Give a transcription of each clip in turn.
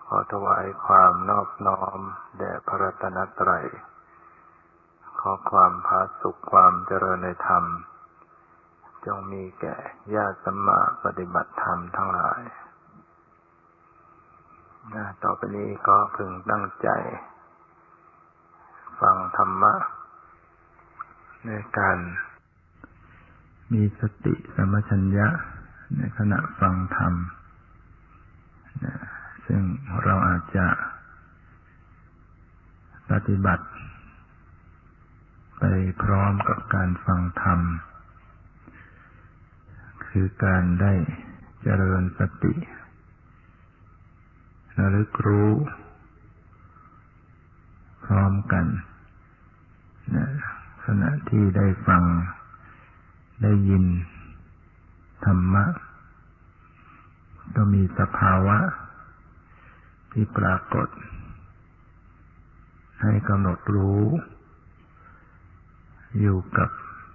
ขอถวายความนอบน้อมแด่พระรัตนตรัยขอความผาสุกความเจริญในธรรมจงมีแก่ญาติสัมมาปฏิบัติธรรมทั้งหลายต่อไปนี้ก็พึงตั้งใจฟังธรรมะในการมีสติสัมปชัญญะในขณะฟังธรรมซึ่งเราอาจจะปฏิบัติไปพร้อมกับการฟังธรรมคือการได้เจริญสติระลึกรู้พร้อมกันขณะที่ได้ฟังได้ยินธรรมะก็มีสภาวะที่ปรากฏให้กำหนดรู้อยู่กับ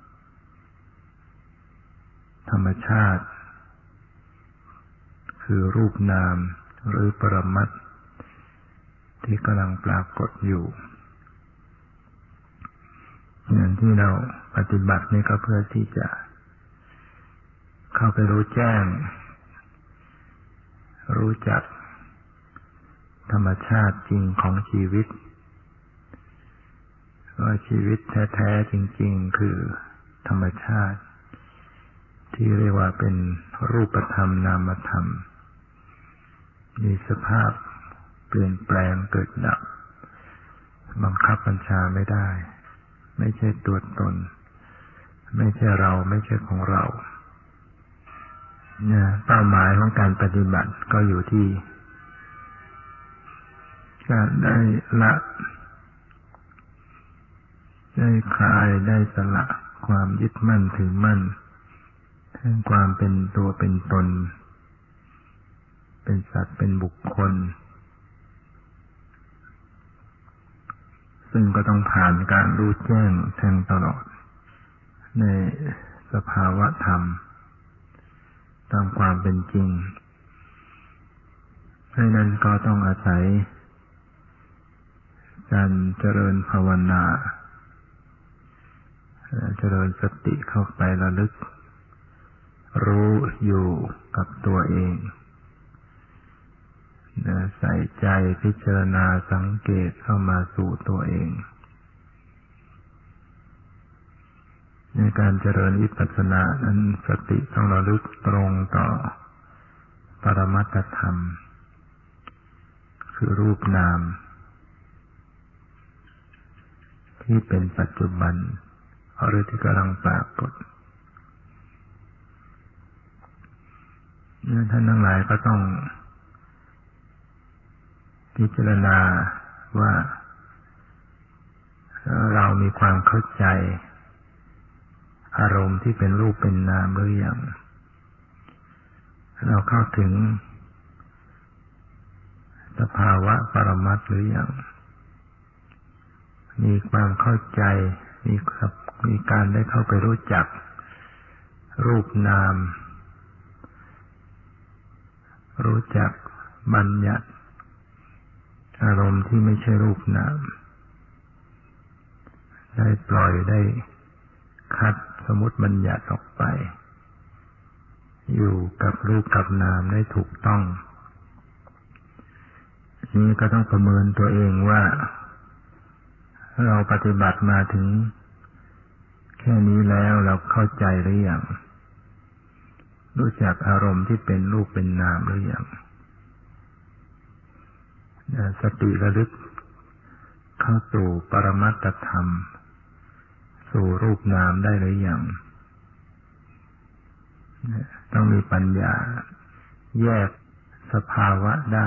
ธรรมชาติคือรูปนามหรือปรมัตถ์ที่กำลังปรากฏอยู่อย่างที่เราปฏิบัตินี่ก็เพื่อที่จะเข้าไปรู้แจ้งรู้จักธรรมชาติจริงของชีวิตว่าชีวิตแท้ๆจริงๆคือธรรมชาติที่เรียกว่าเป็นรูปธรรมนามธรรมมีสภาพเปลี่ยนแปลงเกิดดับบังคับบัญชาไม่ได้ไม่ใช่ตัวตนไม่ใช่เราไม่ใช่ของเราเป้าหมายของการปฏิบัติก็อยู่ที่การได้ละได้คลายได้สละความยึดมั่นถือมั่นแห่งความเป็นตัวเป็นตนเป็นสัตว์เป็นบุคคลซึ่งก็ต้องผ่านการรู้แจ้งแทงตลอดในสภาวะธรรมตามความเป็นจริงเพราะนั้นก็ต้องอาศัยการเจริญภาวนาเจริญสติเข้าไประลึกรู้อยู่กับตัวเองใส่ใจพิจารณาสังเกตเข้ามาสู่ตัวเองในการเจริญวิปัสสนานั้นสติต้องระลึกตรงต่อปรมัตถธรรมคือรูปนามที่เป็นปัจจุบันหรือที่กำลังปรากฏท่านทั้งหลายก็ต้องพิจารณาว่าเรามีความเข้าใจอารมณ์ที่เป็นรูปเป็นนามหรือยังเราเข้าถึงสภาวะปรมัตถ์หรือยังมีความเข้าใจมีการได้เข้าไปรู้จักรูปนามรู้จักบัญญัติอารมณ์ที่ไม่ใช่รูปนามได้ปล่อยได้คัดสมมุติบัญญัติออกไปอยู่กับรูปกับนามได้ถูกต้องนี้ก็ต้องประเมินตัวเองว่าเราปฏิบัติมาถึงแค่นี้แล้วเราเข้าใจหรือยังรู้จักอารมณ์ที่เป็นรูปเป็นนามหรือยังสติระลึกเข้าสู่ปรมัตถธรรมสู่รูปนามได้หรือยังต้องมีปัญญาแยกสภาวะได้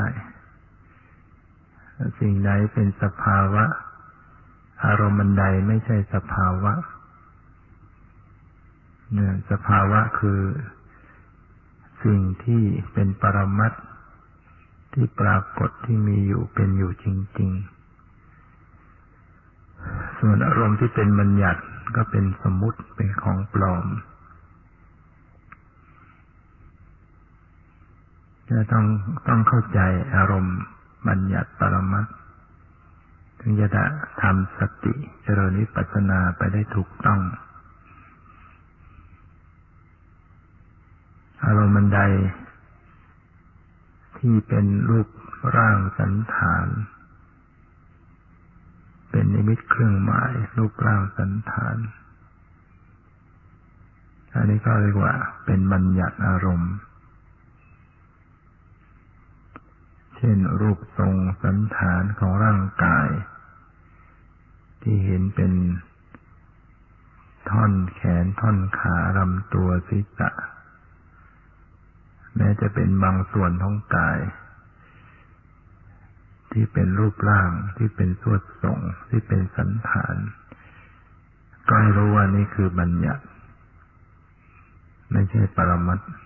สิ่งใดเป็นสภาวะอารมณ์ใดไม่ใช่สภาวะสภาวะคือสิ่งที่เป็นปรมัตถ์ที่ปรากฏที่มีอยู่เป็นอยู่จริงๆส่วนอารมณ์ที่เป็นบัญญัติก็เป็นสมมุติเป็นของปลอมจะต้องเข้าใจอารมณ์บัญญัติปรมัตถ์ถึงจะทำสติเจริญวิปัสสนาไปได้ถูกต้องอารมณ์ใดที่เป็นรูปร่างสันฐานเป็นนิมิตเครื่องหมายรูปร่างสันฐานอันนี้ก็เรียกว่าเป็นบัญญัติอารมณ์เช่นรูปทรงสันฐานของร่างกายที่เห็นเป็นท่อนแขนท่อนขาลำตัวศีรษะแม้จะเป็นบางส่วนของกายที่เป็นรูปร่างที่เป็นสวดทรงที่เป็นสันฐานก็ให้รู้ว่านี่คือบัญญัติไม่ใช่ปรมัตถ์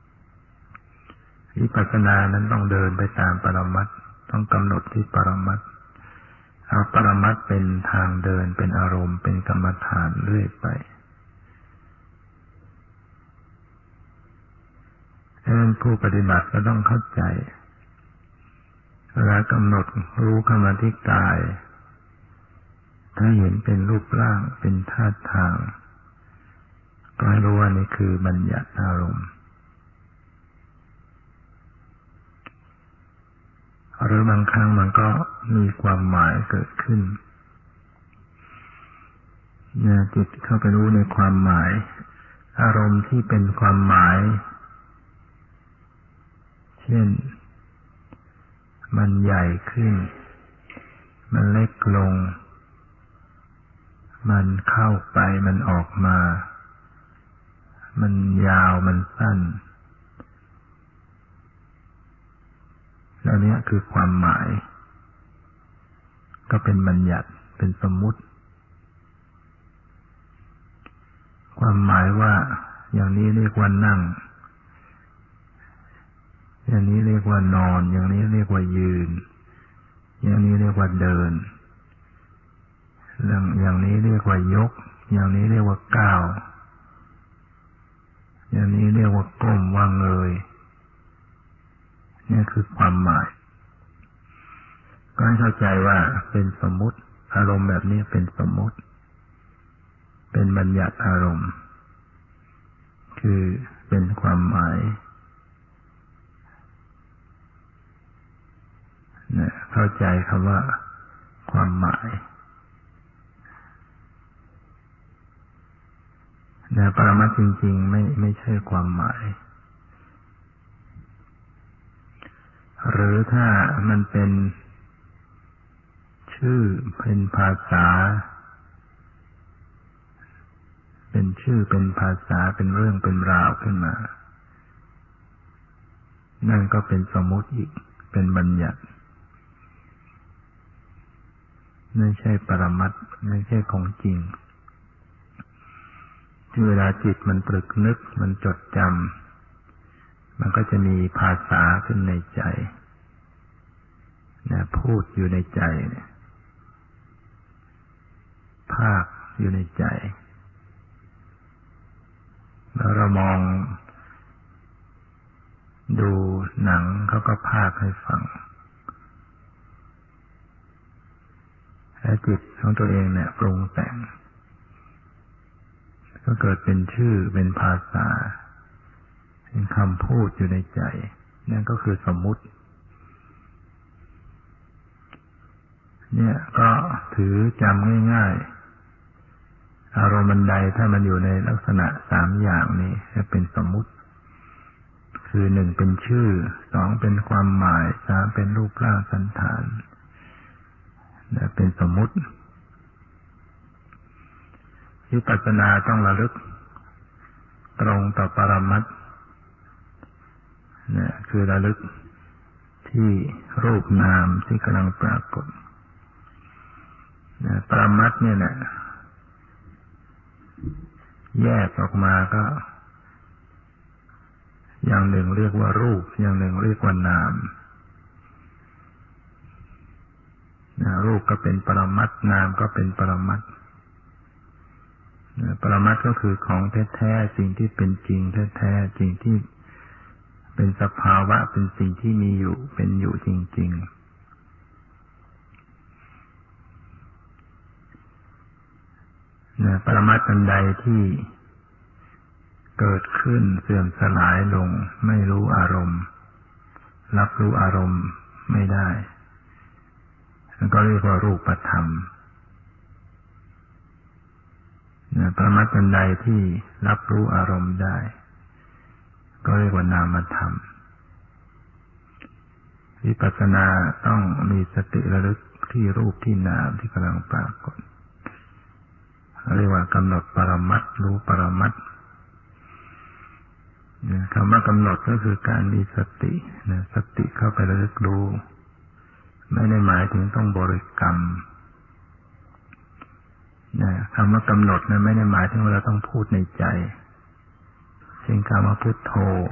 วิปัสสนานั้นต้องเดินไปตามปรมัตถ์ต้องกำหนดที่ปรมัตถ์เอาปรมัตถ์เป็นทางเดินเป็นอารมณ์เป็นกรรมฐานเรื่อยไปฉะนั้นผู้ปฏิบัติก็ต้องเข้าใจเวลากำหนดรู้เข้ามาที่กายถ้าเห็นเป็นรูปร่างเป็นธาตุทางก็ให้รู้ว่านี่คือบัญญัติอารมณ์หรือบางครั้งมันก็มีความหมายเกิดขึ้นจิตเข้าไปรู้ในความหมายอารมณ์ที่เป็นความหมายเช่นมันใหญ่ขึ้นมันเล็กลงมันเข้าไปมันออกมามันยาวมันสั้นแล้วนี้คือความหมายก็เป็นบัญญัติเป็นสมมุติความหมายว่าอย่างนี้เรียกว่านั่งอย่างนี้เรียกว่านอนอย่างนี้เรียกว่ายืนอย่างนี้เรียกว่าเดินอย่างนี้เรียกว่ายกอย่างนี้เรียกว่าก้าวอย่างนี้เรียกว่าก้มวางเงยนี่คือความหมายก็ให้เข้าใจว่าเป็นสมมุติอารมณ์แบบนี้เป็นสมมุติเป็นบัญญัติอารมณ์คือเป็นความหมายเข้าใจคำว่าความหมายปรมัตถ์จริงๆไม่ใช่ความหมายหรือถ้ามันเป็นชื่อเป็นภาษาเป็นชื่อเป็นภาษาเป็นเรื่องเป็นราวขึ้นมานั่นก็เป็นสมมุติอีกเป็นบัญญัติไม่ใช่ปรมัตถ์ไม่ใช่ของจริงที่เวลาจิตมันตรึกนึกมันจดจำมันก็จะมีภาษาขึ้นในใจพูดอยู่ในใจภาคอยู่ในใจแล้วเรามองดูหนังเขาก็พากย์ให้ฟังและจิตของตัวเองเนี่ยปรุงแต่งก็เกิดเป็นชื่อเป็นภาษาเป็นคำพูดอยู่ในใจนั่นก็คือสมมุติเนี่ยก็ถือจำง่ายๆอารมณ์ใดถ้ามันอยู่ในลักษณะสามอย่างนี้จะเป็นสมมุติคือหนึ่งเป็นชื่อสองเป็นความหมายสามเป็นรูปร่างสันฐานเป็นสมมุติวิปัสสนาต้องระลึกตรงต่อปรมัตถ์คือระลึกที่รูปนามที่กำลังปรากฏปรมัตถ์เนี่ยนะแยกออกมาก็อย่างหนึ่งเรียกว่ารูปอย่างหนึ่งเรียกว่านามรูปก็เป็นปรมัตถ์นามก็เป็นปรมัตถ์ปรมัตถ์ก็คือของแท้ๆสิ่งที่เป็นจริงแท้ๆสิ่งที่เป็นสภาวะเป็นสิ่งที่มีอยู่เป็นอยู่จริงปรมัตถ์อันใดที่เกิดขึ้นเสื่อมสลายลงไม่รู้อารมณ์รับรู้อารมณ์ไม่ได้นั่นก็เรียกว่ารูปธรรมปรมัตถ์อันใดที่รับรู้อารมณ์ได้ก็เรียกว่านามธรรมวิปัสสนาต้องมีสติระลึกที่รูปที่นามที่กำลังปรากฏเรียกว่ากำหนดปรมัตถ์รู้ปรมัตถ์คำว่ากำหนดก็คือการมีสติสติเข้าไประลึกรู้ไม่ได้หมายถึงต้องบริกรรมคำว่ากำหนดนั้นไม่ได้หมายถึงว่าเราต้องพูดในใจเช่นคำว่าพุทโธ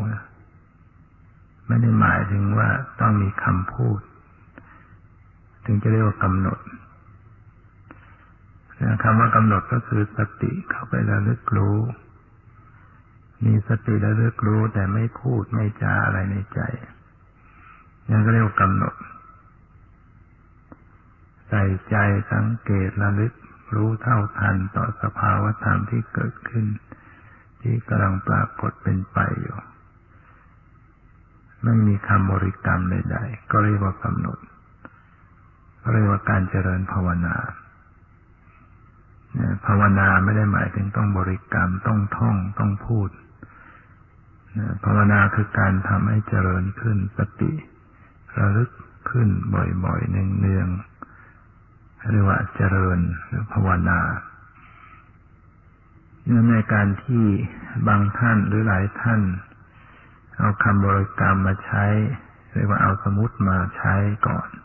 ไม่ได้หมายถึงว่าต้องมีคำพูดถึงจะเรียกว่ากำหนดคำว่ากำหนดก็คือสติเข้าไประลึกรู้มีสติระลึกรู้แต่ไม่พูดไม่จาอะไรในใจนั่นก็เรียกว่ากำหนดใส่ใจสังเกตระลึกรู้เท่าทันต่อสภาวธรรมที่เกิดขึ้นที่กำลังปรากฏเป็นไปอยู่ไม่มีคำบริกรรมใดๆก็เรียกว่ากำหนดก็เรียกว่าการเจริญภาวนาภาวนาไม่ได้หมายถึงต้องบริกรรมต้องท่องต้องพูดภาวนาคือการทำให้เจริญขึ้นสติระลึกขึ้นบ่อยๆเนืองๆเรียกว่าเจริญหรือภาวนาในการที่บางท่านหรือหลายท่านเอาคำบริกรรมมาใช้เรียกว่าเอาสมมุติมาใช้ก่อน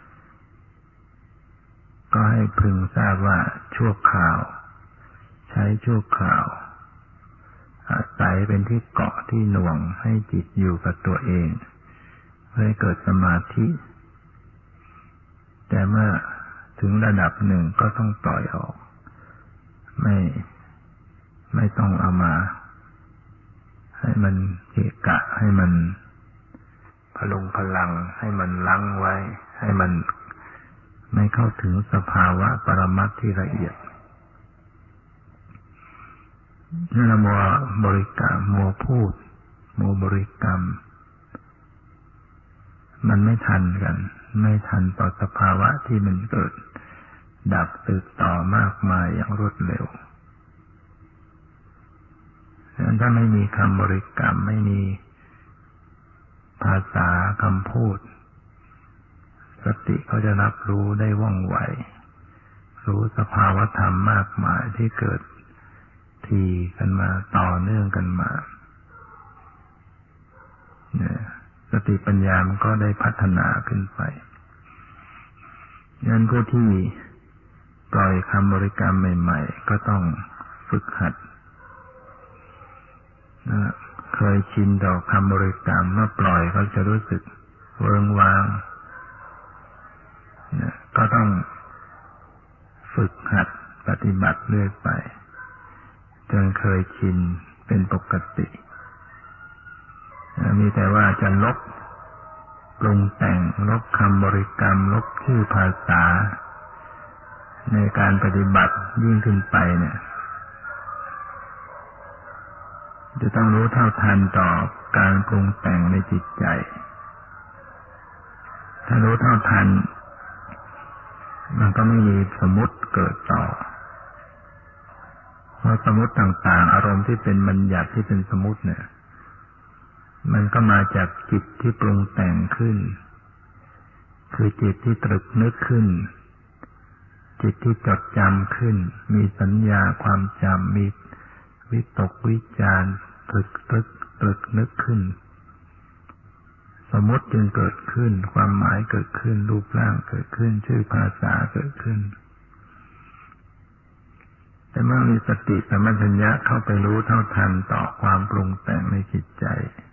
ก็ให้พึงทราบว่าชั่วคราวใช้ชั่วคราวอาศัยเป็นที่เกาะที่หน่วงให้จิตอยู่กับตัวเองเพื่อให้เกิดสมาธิแต่เมื่อถึงระดับหนึ่งก็ต้องปล่อยออกไม่ต้องเอามาให้มันเกะกะให้มันพลุงพลังให้มันลั้งไว้ให้มันไม่เข้าถึงสภาวะปรมัตถ์ที่ละเอียดนี่เรามัวบริกรรมมัวพูดมัวบริกรรมมันไม่ทันกันไม่ทันต่อสภาวะที่มันเกิดดับติดต่อมากมายอย่างรวดเร็วฉะนั้นถ้าไม่มีคำบริกรรมไม่มีภาษาคำพูดสติเขาจะรับรู้ได้ว่องไวรู้สภาวธรรมมากมายที่เกิดทีกันมาต่อเนื่องกันมาสติปัญญามันก็ได้พัฒนาขึ้นไปงั้นผู้ที่ปล่อยคำบริกรรมใหม่ๆก็ต้องฝึกหัดเคยชินต่อคำบริกรรมเมื่อปล่อยก็จะรู้สึกเวิ้งว้างก็ต้องฝึกหัดปฏิบัติเรื่อยไปจนเคยชินเป็นปกติมีแต่ว่าจะลบปรุงแต่งลบคำบริกรรมลบชื่อภาษาในการปฏิบัติยิ่งขึ้นไปเนี่ยจะต้องรู้เท่าทันต่อการปรุงแต่งในจิตใจถ้ารู้เท่าทันมันก็ไม่มีสมมุติเกิดต่อเพราะสมมุติต่างๆอารมณ์ที่เป็นบัญญัติที่เป็นสมมุติเนี่ยมันก็มาจากจิตที่ปรุงแต่งขึ้นคือจิตที่ตรึกนึกขึ้นจิตที่จดจำขึ้นมีสัญญาความจำมีวิตกวิจารตรึกนึกขึ้นสมมติจึงเกิดขึ้นความหมายเกิดขึ้นรูปร่างเกิดขึ้นชื่อภาษาเกิดขึ้นแต่เมื่อมีสติสัมปชัญญะเข้าไปรู้เท่าทันต่อความปรุงแต่งในจิตใจ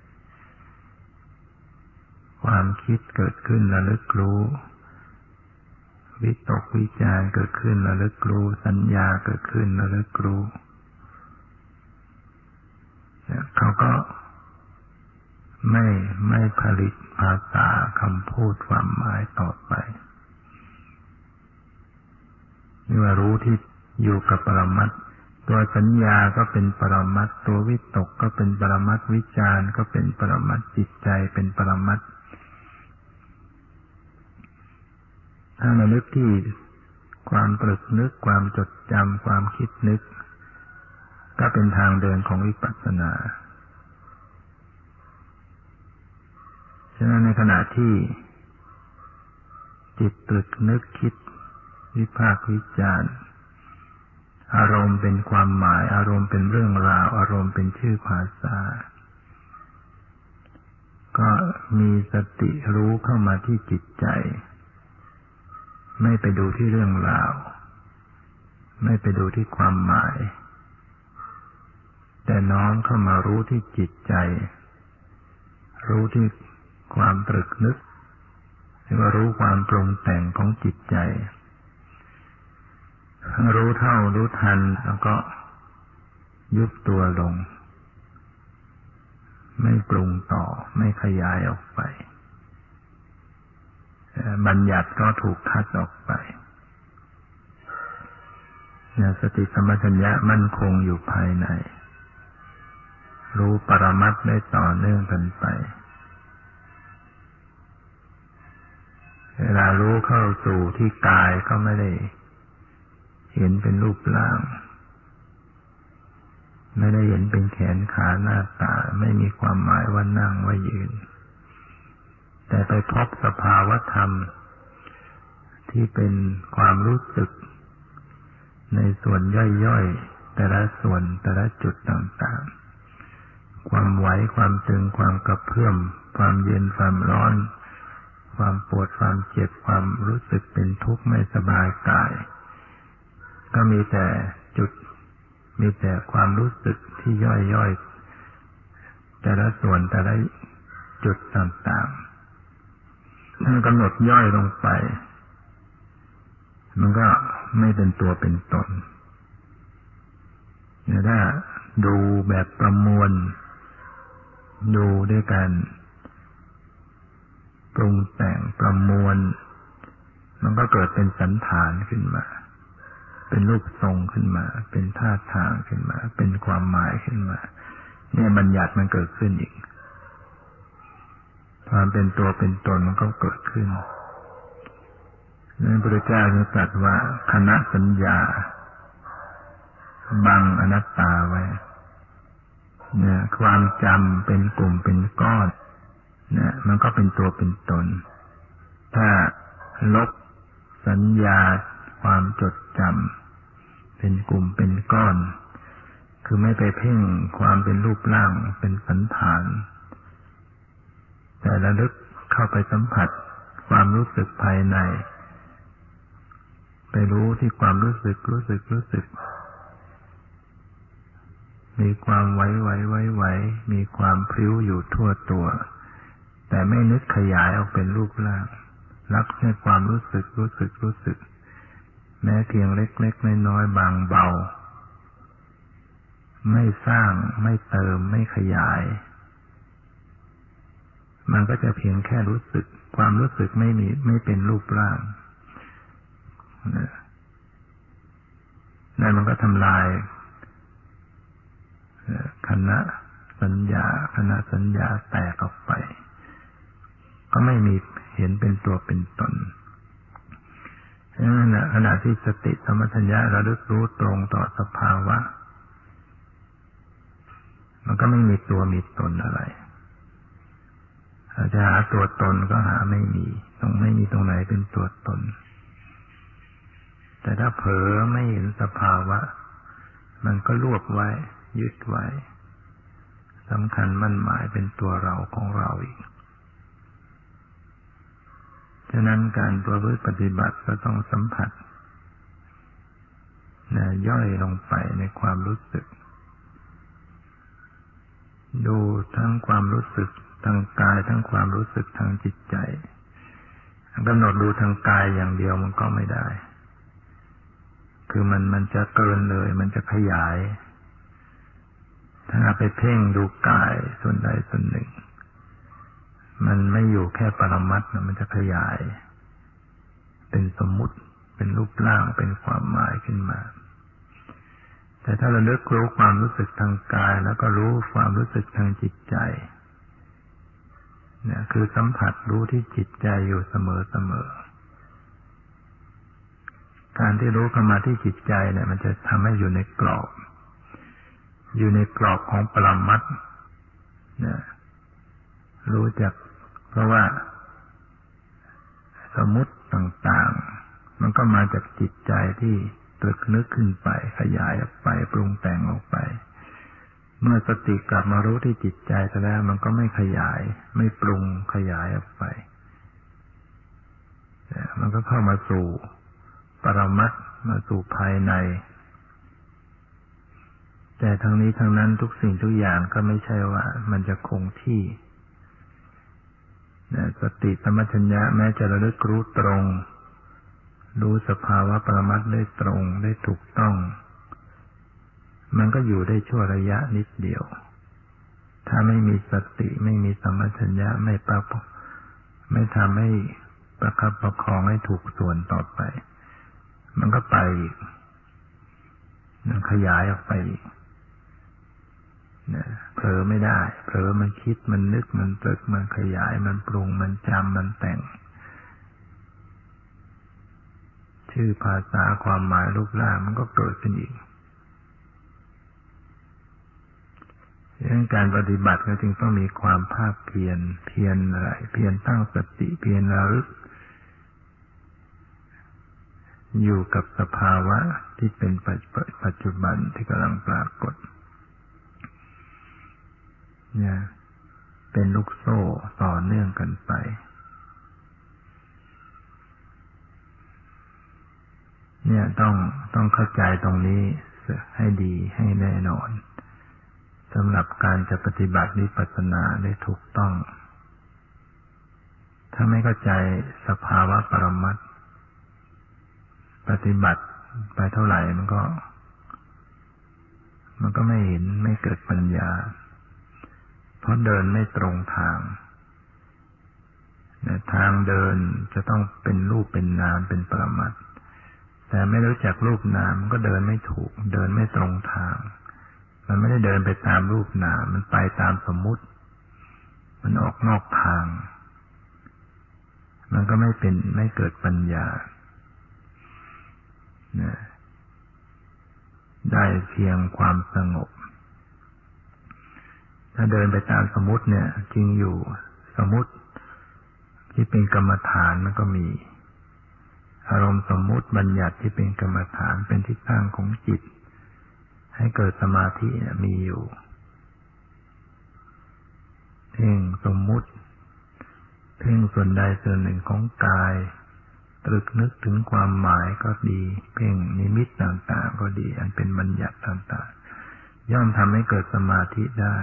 ความคิดเกิดขึ้นระลึกรู้วิตกวิจารเกิดขึ้นระลึกรู้สัญญาเกิดขึ้นระลึกรู้เขาก็ไม่ผลิตภาษาคำพูดความหมายต่อไปนี่ว่ารู้ที่อยู่กับปรมัตถ์ตัวสัญญาก็เป็นปรมัตถ์ตัววิตกก็เป็นปรมัตถ์วิจารก็เป็นปรมัตถ์จิตใจเป็นปรมัตถ์ถ้าระลึกที่ความตรึกนึกความจดจำความคิดนึกก็เป็นทางเดินของวิปัสสนาฉะนั้นในขณะที่จิตตรึกนึกคิดวิพากษ์วิจารณ์อารมณ์เป็นความหมายอารมณ์เป็นเรื่องราวอารมณ์เป็นชื่อภาษาก็มีสติรู้เข้ามาที่จิตใจไม่ไปดูที่เรื่องราวไม่ไปดูที่ความหมายแต่น้อมเข้ามารู้ที่จิตใจรู้ที่ความตรึกนึกหรือว่ารู้ความปรุงแต่งของจิตใจรู้เท่ารู้ทันแล้วก็ยุบตัวลงไม่ปรุงต่อไม่ขยายออกไปบัญญัติก็ถูกคัดออกไปสติสัมปชัญญะมั่นคงอยู่ภายในรู้ปรมัตถ์ได้ต่อเนื่องกันไปเวลารู้เข้าสู่ที่กายก็ไม่ได้เห็นเป็นรูปร่างไม่ได้เห็นเป็นแขนขาหน้าตาไม่มีความหมายว่านั่งว่ายืนแต่ไปพบสภาวธรรมที่เป็นความรู้สึกในส่วนย่อยๆแต่ละส่วนแต่ละจุดต่างๆความไหวความตึงความกระเพื่อมความเย็นความร้อนความปวดความเจ็บความรู้สึกเป็นทุกข์ไม่สบายกายก็มีแต่จุดมีแต่ความรู้สึกที่ย่อยๆแต่ละส่วนแต่ละจุดต่างๆถ้ากำหนดย่อยลงไปมันก็ไม่เป็นตัวเป็นตนถ้าดูแบบประมวลดูด้วยกันปรุงแต่งประมวลมันก็เกิดเป็นสันฐานขึ้นมาเป็นรูปทรงขึ้นมาเป็นท่าทางขึ้นมาเป็นความหมายขึ้นมาเนี่ยบัญญัติมันเกิดขึ้นอีกความเป็นตัวเป็นตนมันก็เกิดขึ้นนั้นพระพุทธเจ้าตรัสว่าคณะสัญญาบังอนัตตาไว้เนี่ยความจำเป็นกลุ่มเป็นก้อนเนี่ยมันก็เป็นตัวเป็นตนถ้าลบสัญญาความจดจำเป็นกลุ่มเป็นก้อนคือไม่ไปเพ่งความเป็นรูปร่างเป็นสันฐานแต่ระลึกเข้าไปสัมผัสความรู้สึกภายในไปรู้ที่ความรู้สึกมีความไหวมีความพลิ้วอยู่ทั่วตัวแต่ไม่นึกขยายออกเป็นรูปร่างรักแค่ความรู้สึกแม้เพียงเล็กๆน้อยๆบางเบาไม่สร้างไม่เติมไม่ขยายมันก็จะเพียงแค่รู้สึกความรู้สึกไม่เป็นรูปร่างนั่นมันก็ทำลายคณะสัญญาแตกออกไปก็ไม่มีเห็นเป็นตัวเป็นตนนั่นแหละขณะที่สติสัมปชัญญะระลึกรู้ตรงต่อสภาวะมันก็ไม่มีตัวมีตนอะไรถ้าจะหาตัวตนก็หาไม่มีตรงไหนเป็นตัวตนแต่ถ้าเผลอไม่เห็นสภาวะมันก็รวบไว้ยึดไว้สำคัญมั่นหมายเป็นตัวเราของเราอีกฉะนั้นการประพฤติปฏิบัติก็ต้องสัมผัสย่อยลงไปในความรู้สึกดูทั้งความรู้สึกทางกายทั้งความรู้สึกทางจิตใจกำหนดดูทางกายอย่างเดียวมันก็ไม่ได้คือมันจะเกินเลยมันจะขยายถ้าไปเพ่งดูกายส่วนใดส่วนหนึ่งมันไม่อยู่แค่ปรมัตถ์มันจะขยายเป็นสมมุติเป็นรูปร่างเป็นความหมายขึ้นมาแต่ถ้าเราลึกรู้ความรู้สึกทางกายแล้วก็รู้ความรู้สึกทางจิตใจเนี่ยคือสัมผัสรู้ที่จิตใจอยู่เสมอการที่รู้เข้ามาที่จิตใจเนี่ยมันจะทำให้อยู่ในกรอบของปรมัตถ์นะรู้จักเพราะว่าสมมุติต่างๆมันก็มาจากจิตใจที่ตรึกนึกขึ้นไปขยายออกไปปรุงแต่งออกไปเมื่อสติกลับมารู้ที่จิตใจแล้วมันก็ไม่ขยายไม่ปรุงขยายออกไปมันก็เข้ามาสู่ปรมัตถ์มาสู่ภายในแต่ทั้งนี้ทั้งนั้นทุกสิ่งทุกอย่างก็ไม่ใช่ว่ามันจะคงที่สติสัมปชัญญะแม้จะระลึกรู้ตรงรู้สภาวะปรมัตถ์ได้ตรงได้ถูกต้องมันก็อยู่ได้ชั่วระยะนิดเดียวถ้าไม่มีสติไม่มีสัมปชัญญะไม่ทำให้ประคับประคองให้ถูกส่วนต่อไปมันก็ไปอีกมันขยายออกไปอีกเผลอไม่ได้เผลอมันคิดมันนึกมันตรึกมันขยายมันปรุงมันจำมันแต่งชื่อภาษาความหมายรูปร่างมันก็เกิดขึ้นอีกดังนั้นการปฏิบัติก็จึงต้องมีความภาคเพียรอะไรเพียรตั้งสติเพียรระลึกอยู่กับสภาวะที่เป็นปัจจุบันที่กำลังปรากฏเนี่ยเป็นลูกโซ่ต่อเนื่องกันไปเนี่ยต้องเข้าใจตรงนี้ให้ดีให้แน่นอนสำหรับการจะปฏิบัติวิปัสสนาได้ถูกต้องถ้าไม่เข้าใจสภาวะปรมัตถ์ปฏิบัติไปเท่าไหร่มันก็ไม่เห็นไม่เกิดปัญญาเพราะเดินไม่ตรงทางทางเดินจะต้องเป็นรูปเป็นนามเป็นปรมัตถ์แต่ไม่รู้จักรูปนามมันก็เดินไม่ถูกเดินไม่ตรงทางมันไม่ได้เดินไปตามรูปนามมันไปตามสมมุติมันออกนอกทางมันก็ไม่เกิดปัญญาได้เพียงความสงบถ้าเดินไปตามสมมุติเนี่ยจริงอยู่สมมุติที่เป็นกรรมฐานมันก็มีอารมณ์สมมุติบัญญัติที่เป็นกรรมฐานเป็นที่ตั้งของจิตให้เกิดสมาธิมีอยู่เพ่งสมมุติเพ่งส่วนใดส่วนหนึ่งของกายตรึกนึกถึงความหมายก็ดีเพ่งนิมิตต่างๆก็ดีอันเป็นบัญญัติต่างๆย่อมทำให้เกิดสมาธิได้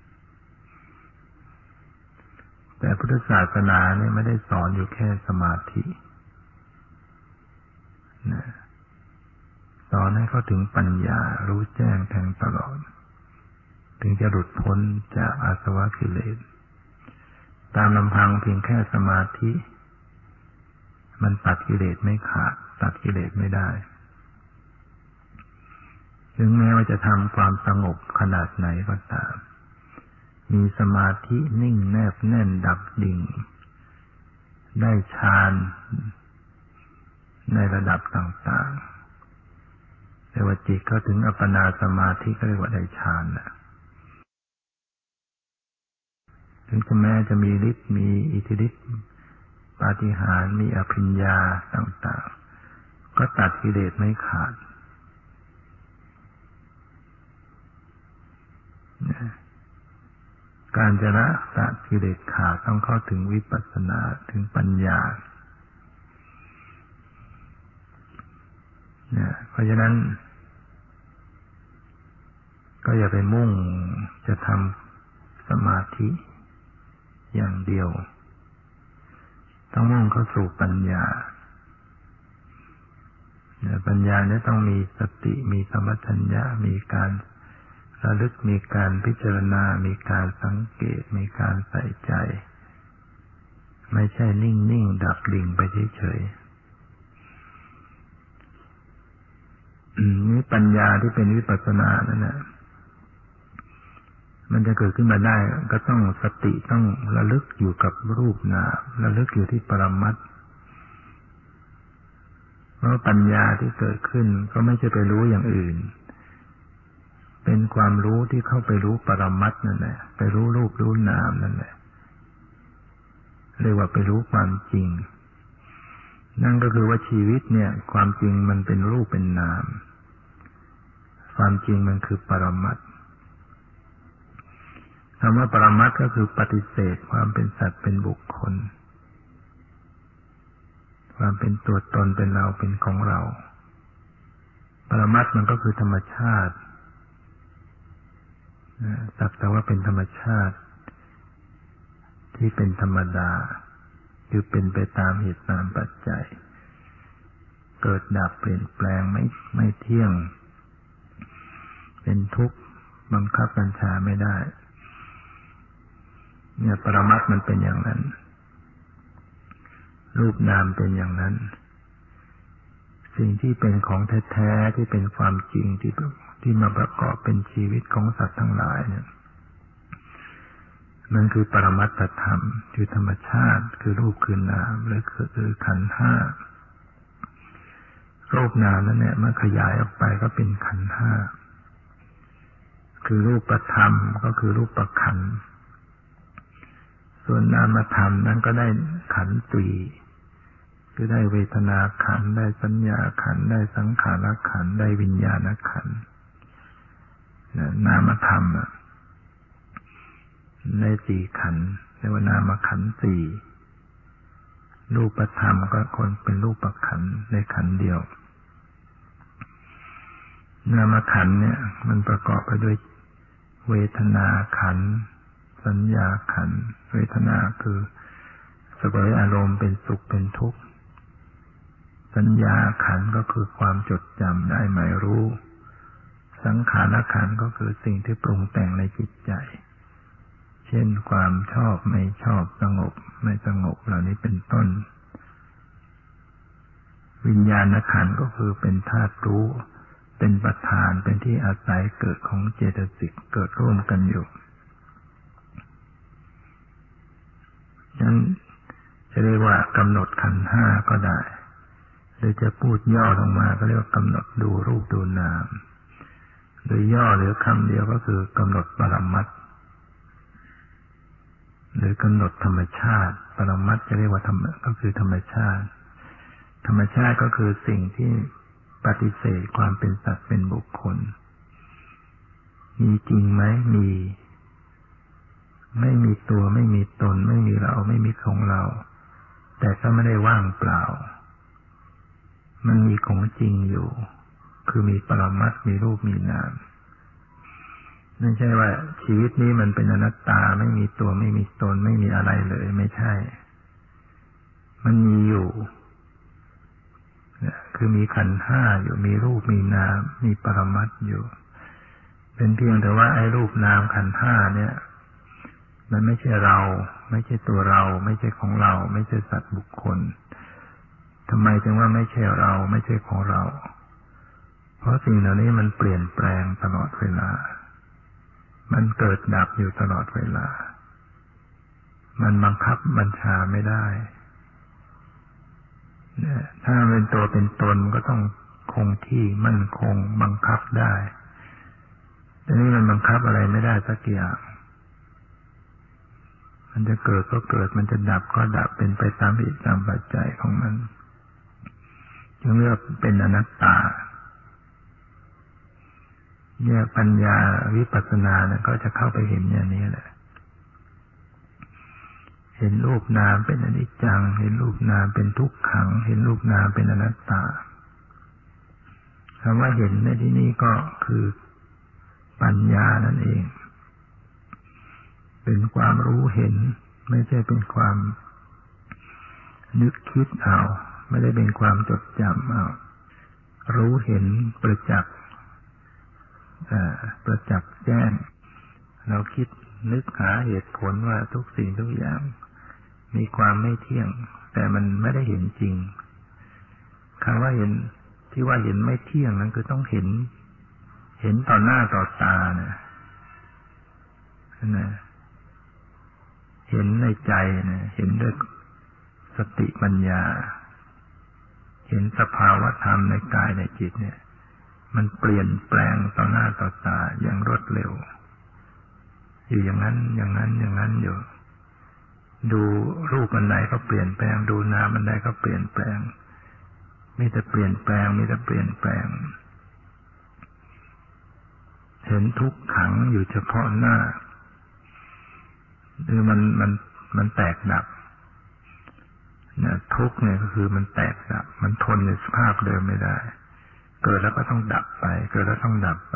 แต่พุทธศาสนาเนี่ยไม่ได้สอนอยู่แค่สมาธิสอนให้เข้าถึงปัญญารู้แจ้งแทงตลอดถึงจะหลุดพ้นจากอาสวะกิเลสตามลำพังเพียงแค่สมาธิมันตัดกิเลสไม่ขาดตัดกิเลสไม่ได้ถึงแม้ว่าจะทำความสงบขนาดไหนก็ตามมีสมาธินิ่งแนบแน่นดับดิ่งได้ฌานในระดับต่างๆแต่ว่าจิตเข้าถึงอัปปนาสมาธิก็เรียกว่าได้ฌานนะถึงแม้จะมีฤทธิ์มีอิทธิฤทธิ์ปาฏิหาริย์มีอภิญญาต่างๆก็ตัดกิเลสไม่ขาดการจะละตัดกิเลสขาดต้องเข้าถึงวิปัสสนาถึงปัญญาเพราะฉะนั้นก็อย่าไปมุ่งจะทำสมาธิอย่างเดียวต้องมุ่งเข้าสู่ปัญญาปัญญาเนี่ยต้องมีสติมีสัมปชัญญะมีการระลึกมีการพิจารณามีการสังเกตมีการใส่ใจไม่ใช่นิ่งๆดับดิ่งไปเฉยๆนี่ปัญญาที่เป็นวิปัสสนานั่นแหละมันจะเกิดขึ้นมาได้ก็ต้องสติต้องระลึกอยู่กับรูปนามระลึกอยู่ที่ปรมัตถ์เพราะปัญญาที่เกิดขึ้นก็ไม่ใช่ไปรู้อย่างอื่นเป็นความรู้ที่เข้าไปรู้ปรมัตถ์นั่นแหละไปรู้รูปรู้นามนั่นแหละเรียกว่าไปรู้ความจริงนั่นก็คือว่าชีวิตเนี่ยความจริงมันเป็นรูปเป็นนามความจริงมันคือปรมัตถ์คำว่าปรมัตถ์ก็คือปฏิเสธความเป็นสัตว์เป็นบุคคลความเป็นตัวตนเป็นเราเป็นของเราปรมัตถ์มันก็คือธรรมชาติสักแต่ว่าเป็นธรรมชาติที่เป็นธรรมดาคือเป็นไปตามเหตุตามปัจจัยเกิดดับเปลี่ยนแปลงไม่เที่ยงเป็นทุกข์บังคับบัญชาไม่ได้เนี่ยปรมัตถ์มันเป็นอย่างนั้นรูปนามเป็นอย่างนั้นสิ่งที่เป็นของแท้ๆที่เป็นความจริงที่มาประกอบเป็นชีวิตของสัตว์ทั้งหลายเนี่ยมันคือปรมัตถธรรมคือธรรมชาติคือรูปคือนามหรือคือขันธ์ห้ารูปนามนั้นเนี่ยมันขยายออกไปก็เป็นขันธ์ห้าคือรูปธรรมก็คือรูปขันธ์ส่วนนามธรรมนั้นก็ได้ขันธ์สี่คือได้เวทนาขันธ์ได้สัญญาขันธ์ได้สังขารขันธ์ได้วิญญาณขันธ์นามธรรมในสี่ขันธ์เรียกว่านามขันธ์สี่รูปธรรมก็คนเป็นรูปขันธ์ในขันธ์เดียวนามขันธ์เนี่ยมันประกอบไปด้วยเวทนาขันธ์สัญญาขันธ์เวทนาคือเสวยอารมณ์เป็นสุขเป็นทุกข์สัญญาขันธ์ก็คือความจดจำได้หมายรู้สังขารขันธ์ก็คือสิ่งที่ปรุงแต่งในจิตใจเช่นความชอบไม่ชอบสงบไม่สงบเหล่านี้เป็นต้นวิญญาณขันธ์ก็คือเป็นธาตุรู้เป็นประธานเป็นที่อาศัยเกิดของเจตสิกเกิดร่วมกันอยู่นั้นจะเรียกว่ากำหนดขันธ์ห้าก็ได้หรือจะพูดย่อลงมาก็เรียกว่ากำหนดดูรูปดูนามโดยย่อหรือคำเดียวก็คือกำหนดปรมัตถ์หรือกำหนดธรรมชาติปรมัตถ์จะเรียกว่าธรรมก็คือธรรมชาติธรรมชาติก็คือสิ่งที่ปฏิเสธความเป็นสัตว์เป็นบุคคลมีจริงไหมมีไม่มีตัวไม่มีตนไม่มีเราไม่มีของเราแต่ก็ไม่ได้ว่างเปล่ามันมีของจริงอยู่คือมีปรมัตถ์มีรูปมีนามไม่ใช่ว่าชีวิตนี้มันเป็นอนัตตาไม่มีตัวไม่มีตนไม่มีอะไรเลยไม่ใช่มันมีอยู่คือมีขันธ์ห้าอยู่มีรูปมีนามมีปรมัตถ์อยู่เป็นเพียงแต่ว่าไอ้รูปนามขันธ์ห้าเนี่ยมันไม่ใช่เราไม่ใช่ตัวเราไม่ใช่ของเราไม่ใช่สัตว์บุคคลทำไมจึงว่าไม่ใช่เราไม่ใช่ของเราเพราะสิ่งเหล่านี้มันเปลี่ยนแปลงตลอดเวลามันเกิดดับอยู่ตลอดเวลามันบังคับบัญชาไม่ได้ถ้าเป็นตัวเป็นตนก็ต้องคงที่มั่นคงบังคับได้แต่นี่มันบังคับอะไรไม่ได้สักอย่างมันจะเกิดก็เกิดมันจะดับก็ดับเป็นไปตามเหตุตามปัจจัยของมันจึงเรียกเป็นอนัตตาเนี่ยปัญญาวิปัสสนาเนี่ยก็จะเข้าไปเห็นอย่างนี้แหละเห็นรูปนามเป็นอนิจจังเห็นรูปนามเป็นทุกขังเห็นรูปนามเป็นอนัตตาคำว่าเห็นในที่นี้ก็คือปัญญานั่นเองเป็นความรู้เห็นไม่ใช่เป็นความนึกคิดเอาไม่ได้เป็นความจดจำเอารู้เห็นประจักษ์แจ้งเราคิดนึกหาเหตุผลว่าทุกสิ่งทุกอย่างมีความไม่เที่ยงแต่มันไม่ได้เห็นจริงคำว่าเห็นที่ว่าเห็นไม่เที่ยงนั้นคือต้องเห็นเห็นต่อหน้าต่อตาเนี่ยนะเห็นในใจเนี่ยเห็นด้วยสติปัญญาเห็นสภาวะธรรมในกายในจิตเนี่ยมันเปลี่ยนแปลงต่อหน้าต่อตาอย่างรวดเร็วอยู่อย่างนั้นอยู่ดูรูปอันไหนก็เปลี่ยนแปลงดูนามอันใดก็เปลี่ยนแปลงมีแต่เปลี่ยนแปลงเห็นทุกขังอยู่เฉพาะหน้าคือมันแตกดับเนี่ยทุกข์เนี่ยก็คือมันแตกดับมันทนในสภาพเดิมไม่ได้เกิดแล้วก็ต้องดับไปเกิดแล้วต้องดับไป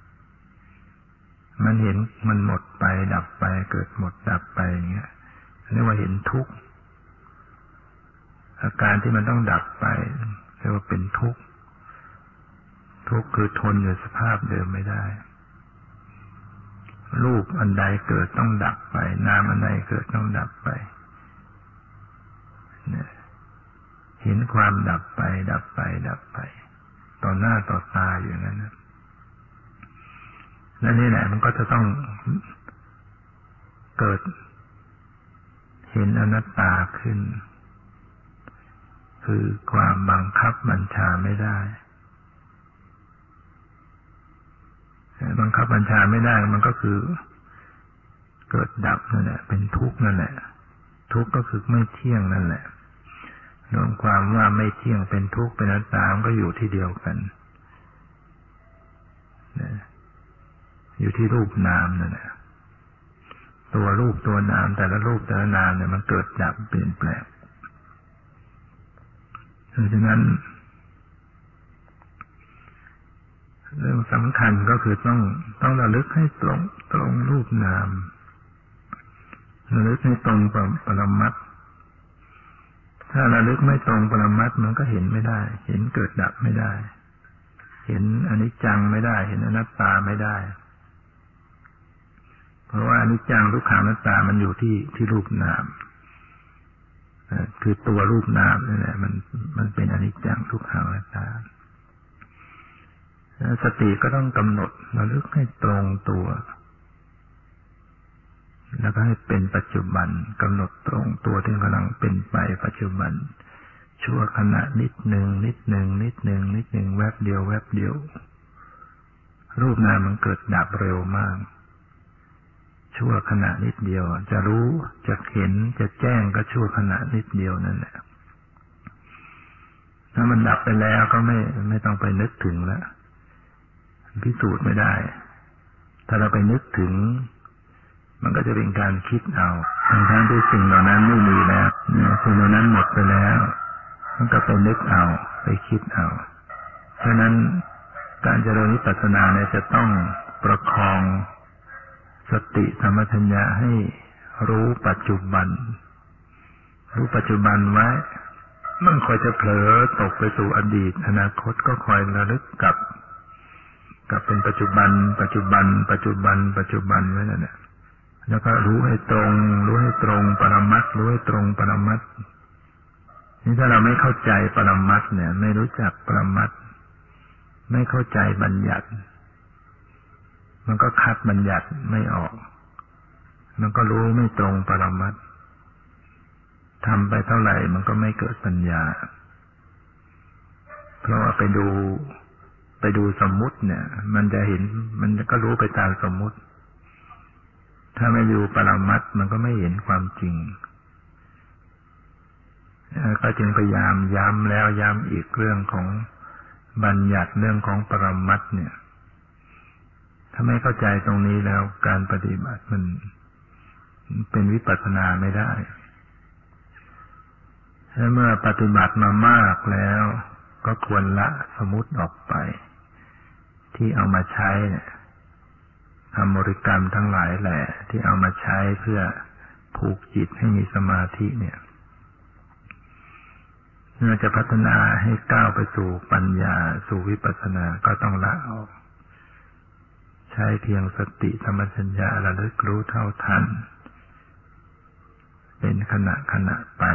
มันเห็นมันหมดไปดับไปเกิดหมดดับไปอย่างเงี้ยเรียกว่าเห็นทุกข์อาการที่มันต้องดับไปเรียกว่าเป็นทุกข์คือทนอยู่สภาพเดิมไม่ได้รูปอันใดเกิดต้องดับไปนามอันใดเกิดต้องดับไปเนี่ยเห็นความดับไปต่อหน้าต่อตาอยู่นั้นนะและนี่แหละมันก็จะต้องเกิดเห็นอนัตตาขึ้นคือความบังคับบัญชาไม่ได้บังคับบัญชาไม่ได้มันก็คือเกิดดับนั่นแหละเป็นทุกข์นั่นแหละทุกข์ก็คือไม่เที่ยงนั่นแหละรวมความว่าไม่เที่ยงเป็นทุกข์เป็นอนัตตามันก็อยู่ที่เดียวกันอยู่ที่รูปนามนั่นแหละตัวรูปตัวนามแต่ละรูปแต่ละนามเนี่ยมันเกิดดับเปลี่ยนแปลงเพราะฉะนั้นเรื่องสำคัญก็คือต้องระลึกให้ตรงรูปนามระลึกให้ตรงปรมัตถ์ถ้าระลึกไม่ตรงปรมัตถ์มันก็เห็นไม่ได้เห็นเกิดดับไม่ได้เห็นอนิจจังไม่ได้เห็นอนัตตาไม่ได้เพราะว่าอนิจจังทุกขังอนัตตามันอยู่ที่รูปนามคือตัวรูปนามนี่แหละมันเป็นอนิจจังทุกขังอนัตตาสติก็ต้องกำหนดระลึกให้ตรงตัวแล้วก็ให้เป็นปัจจุบันกำหนดตรงตัวที่กำลังเป็นไปปัจจุบันชั่วขณะนิดหนึ่งแวบเดียวรูปนามมันเกิดดับเร็วมากชั่วขณะนิดเดียวจะรู้จะเห็นจะแจ้งก็ชั่วขณะนิดเดียวนั่นแหละถ้ามันดับไปแล้วก็ไม่ต้องไปนึกถึงแล้วพิสูจน์ไม่ได้ถ้าเราไปนึกถึงมันก็จะเป็นการคิดเอาทั้งที่สิ่งเหล่านั้นไม่มีแล้วสิ่งเหล่านั้นหมดไปแล้วมันก็ไปนึกเอาไปคิดเอาเพราะนั้นการเจริญวิปัสสนาเนี่ยจะต้องประคองสติสัมปชัญญะให้รู้ปัจจุบันไว้มันคอยจะเผลอตกไปสู่อดีตอนาคตก็คอยระลึกกลับเป็นปัจจุบันไว้นั่นแหละแล้วก็รู้ให้ตรงปรมัตถ์รู้ให้ตรงปรมัตถ์นี่ถ้าเราไม่เข้าใจปรมัตถ์เนี่ยไม่รู้จักปรมัตถ์ไม่เข้าใจบัญญัติมันก็คัดบัญญัติไม่ออกมันก็รู้ไม่ตรงปรมัตถ์ทำไปเท่าไหร่มันก็ไม่เกิดปัญญาเพราะว่าไปดูสมมุติเนี่ยมันจะเห็นมันก็รู้ไปตามสมมุติถ้าไม่อยู่ปรมัตถ์มันก็ไม่เห็นความจริงก็จึงพยายามย้ำแล้วย้ำอีกเรื่องของบัญญัติเรื่องของปรมัตถ์เนี่ยถ้าไม่เข้าใจตรงนี้แล้วการปฏิบัติมันเป็นวิปัสสนาไม่ได้และเมื่อปฏิบัติมามากแล้วก็ควรละสมมุติออกไปที่เอามาใช้เนี่ยคำบริกรรมทั้งหลายแหละที่เอามาใช้เพื่อผูกจิตให้มีสมาธิเนี่ยเมื่อจะพัฒนาให้ก้าวไปสู่ปัญญาสู่วิปัสสนาก็ต้องละออกใช้เพียงสติสัมปชัญญะระลึกรู้เท่าทันเป็นขณะไป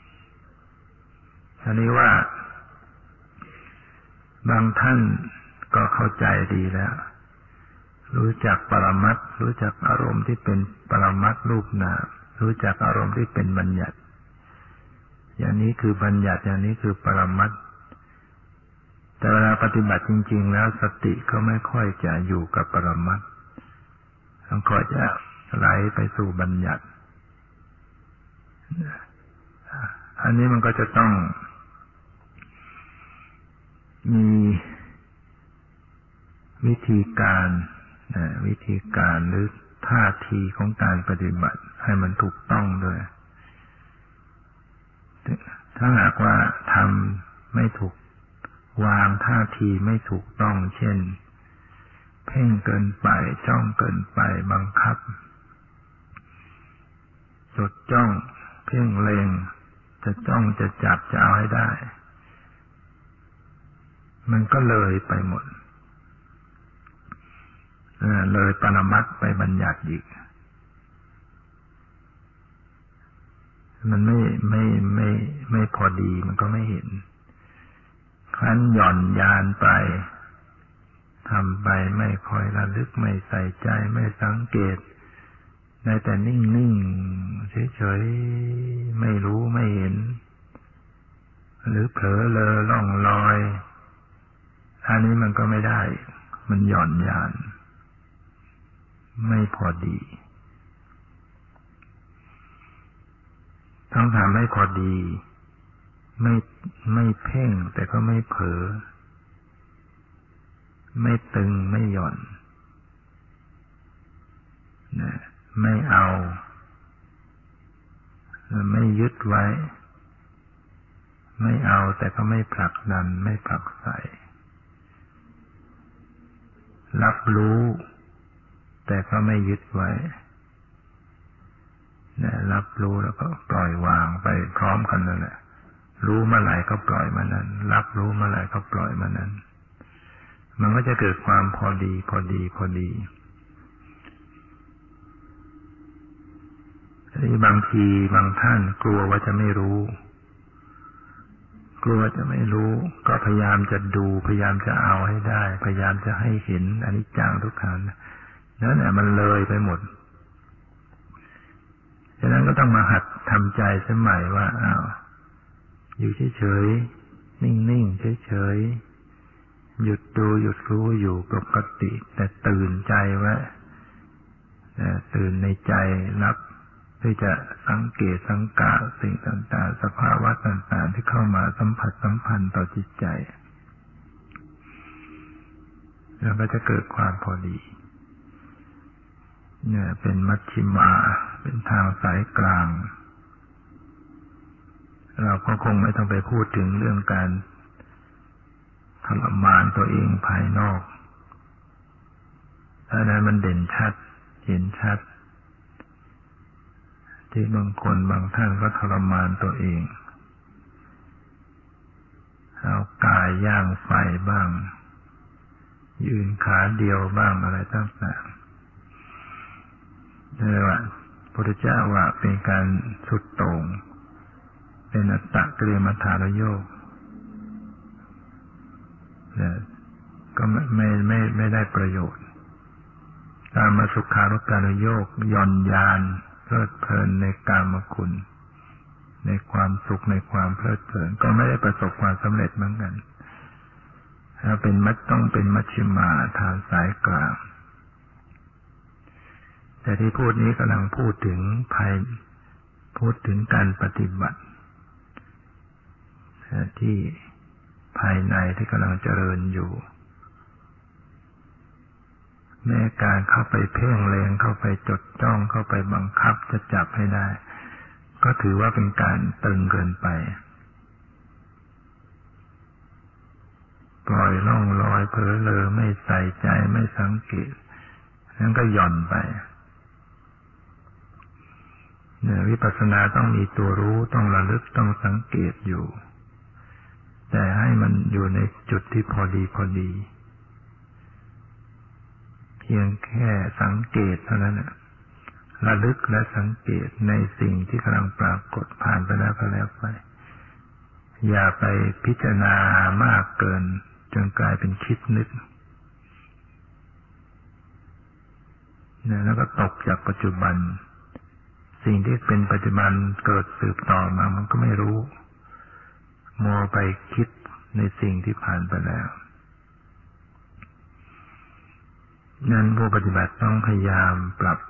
อันนี้ว่าบางท่านก็เข้าใจดีแล้วรู้จักปรมัตถ์รู้จักอารมณ์ที่เป็นปรมัตถ์รูปนามรู้จักอารมณ์ที่เป็นบัญญัติอย่างนี้คือบัญญัติอย่างนี้คือปรมัตถ์แต่เวลาปฏิบัติจริงๆแล้วสติก็ไม่ค่อยจะอยู่กับปรมัตถ์มันก็จะไหลไปสู่บัญญัติอันนี้มันก็จะต้องมีวิธีการหรือท่าทีของการปฏิบัติให้มันถูกต้องด้วยถ้าหากว่าทำไม่ถูกวางท่าทีไม่ถูกต้องเช่นเพ่งเกินไปจ้องเกินไปบังคับจดจ้องเพ่งเล็งจะจ้องจะจับจะเอาให้ได้มันก็เลยไปหมดเลยปรมัตถ์ไปบัญญัติอีกมันไม่พอดีมันก็ไม่เห็นครั้นหย่อนยานไปทำไปไม่คอยระลึกไม่ใส่ใจไม่สังเกตได้แต่นิ่งๆเฉยๆไม่รู้ไม่เห็นหรือเผลอเลอล่องลอยอันนี้มันก็ไม่ได้มันหย่อนยานไม่พอดีต้องทำให้พอดีไม่เพ่งแต่ก็ไม่เผลอไม่ตึงไม่หย่อนนะไม่เอาไม่ยึดไว้ไม่เอาแต่ก็ไม่ผลักดันไม่ผลักไสรับรู้แต่ก็ไม่ยึดไว้นะรับรู้แล้วก็ปล่อยวางไปพร้อมกันนั่นแหละรู้เมื่อไหร่ก็ปล่อยมานั้นรับรู้เมื่อไหร่ก็ปล่อยมานั้นมันก็จะเกิดความพอดีบางทีบางท่านกลัวว่าจะไม่รู้ก็พยายามจะดูพยายามจะเอาให้ได้พยายามจะให้เห็นอนิจจังทุกขังนั่นแหละมันเลยไปหมดฉะนั้นก็ต้องมาหัดทำใจเสียใหม่ว่าอยู่เฉยๆนิ่งๆเฉยๆหยุดดูหยุดรู้อยู่ปกติแต่ตื่นใจไว้ตื่นในใจรับที่จะสังเกตสังกาสิ่งต่างๆสภาวะต่างๆที่เข้ามาสัมผัสสัมพันธ์ต่อจิตใจแล้วก็จะเกิดความพอดีเนี่ยเป็นมัชฌิมาเป็นทางสายกลางเราก็คงไม่ต้องไปพูดถึงเรื่องการทรมานตัวเองภายนอกอันนั้นมันเด่นชัดเห็นชัดที่บางคนบางท่านก็ทรมานตัวเองเอากายย่างไฟบ้างยืนขาเดียวบ้างอะไรต่างๆนี่ว่าพระพุทธเจ้าว่าเป็นการสุดโต่งเป็นอัตตกิลมัฏฐานโยคก็ไม่ได้ประโยชน์กามสุขานุการโยคหย่อนยานเพลิดเพลินในกามคุณในความสุขในความเพลิดเพลินก็ไม่ได้ประสบความสำเร็จเหมือนกันต้องเป็นมัชฌิมาทางสายกลางแต่ที่พูดนี้กำลังพูดถึงการปฏิบัติที่ภายในที่กำลังเจริญอยู่แม้การเข้าไปเพ่งเล็งเข้าไปจดจ้องเข้าไปบังคับจะจับให้ได้ก็ถือว่าเป็นการตึงเกินไปปล่อยล่องลอยเผลอเลอไม่ใส่ใจไม่สังเกตนั้นก็หย่อนไปเนี่ยวิปัสสนาต้องมีตัวรู้ต้องระลึกต้องสังเกตอยู่แต่ให้มันอยู่ในจุดที่พอดีเพียงแค่สังเกตเท่านั้นระลึกและสังเกตในสิ่งที่กำลังปรากฏผ่านไปแล้วก็แล้วไปอย่าไปพิจารณามากเกินจนกลายเป็นคิดนึกแล้วก็ตกจากปัจจุบันสิ่งที่เป็นปัจจุบันเกิดสืบต่อมามันก็ไม่รู้มัวไปคิดในสิ่งที่ผ่านไปแล้วนั้นผู้ปฏิบัติต้องพยายามปรับ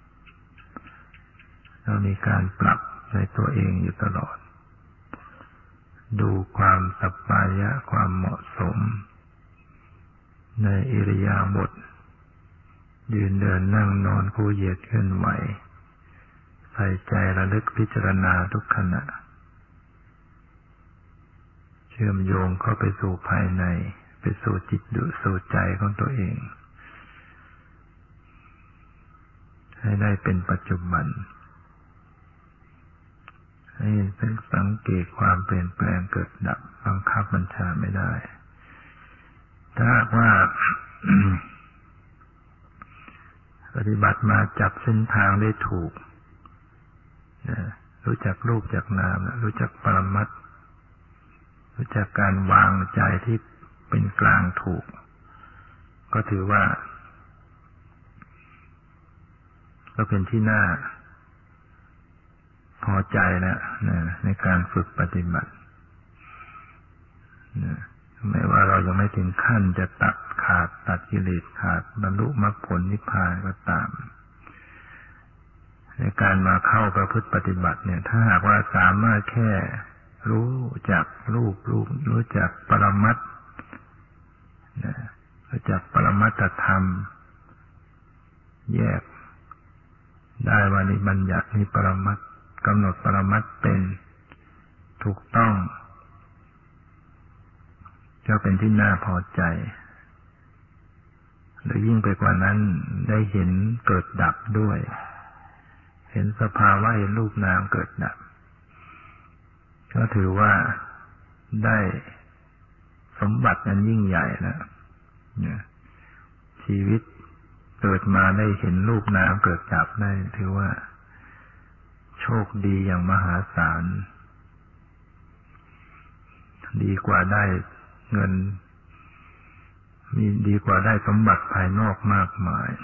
เรามีการปรับในตัวเองอยู่ตลอดดูความสัปปายะความเหมาะสมในอิริยาบถยืนเดินนั่งนอนคู่เหยียดเคลื่อนไหวใส่ใจระลึกพิจารณาทุกขณะเชื่อมโยงเข้าไปสู่ภายในไปสู่จิตดุสู่ใจของตัวเองให้ได้เป็นปัจจุบันให้สังเกตความเปลี่ยนแปลงเกิดดับบังคับบัญชาไม่ได้ถ้าหากว่า ปฏิบัติมาจับเส้นทางได้ถูกรู้จักรูปจักนามรู้จักปรมัตถ์รู้จักการวางใจที่เป็นกลางถูกก็ถือว่าก็เป็นที่น่าพอใจแล้วในการฝึกปฏิบัติไม่ว่าเรายังไม่ถึงขั้นจะตัดกิเลสขาดบรรลุมรรคผลนิพพานก็ตามในการมาเข้าประพฤติปฏิบัติเนี่ยถ้าหากว่าสามารถแค่รู้จักรูปรู้จักปรมัตถ์รู้จักปรมัตถธรรมแยกได้ว่านี่บัญญัตินี่ปรมัตถ์กำหนดปรมัตถ์เป็นถูกต้องจะเป็นที่น่าพอใจหรือยิ่งไปกว่านั้นได้เห็นเกิดดับด้วยเห็นสภาวะเห็นรูปนามเกิดดับก็ถือว่าได้สมบัติอันยิ่งใหญ่แล้วชีวิตเกิดมาได้เห็นรูปนามเกิดดับได้ถือว่าโชคดีอย่างมหาศาลดีกว่าได้เงินมีดีกว่าได้สมบัติภายนอกมากมาย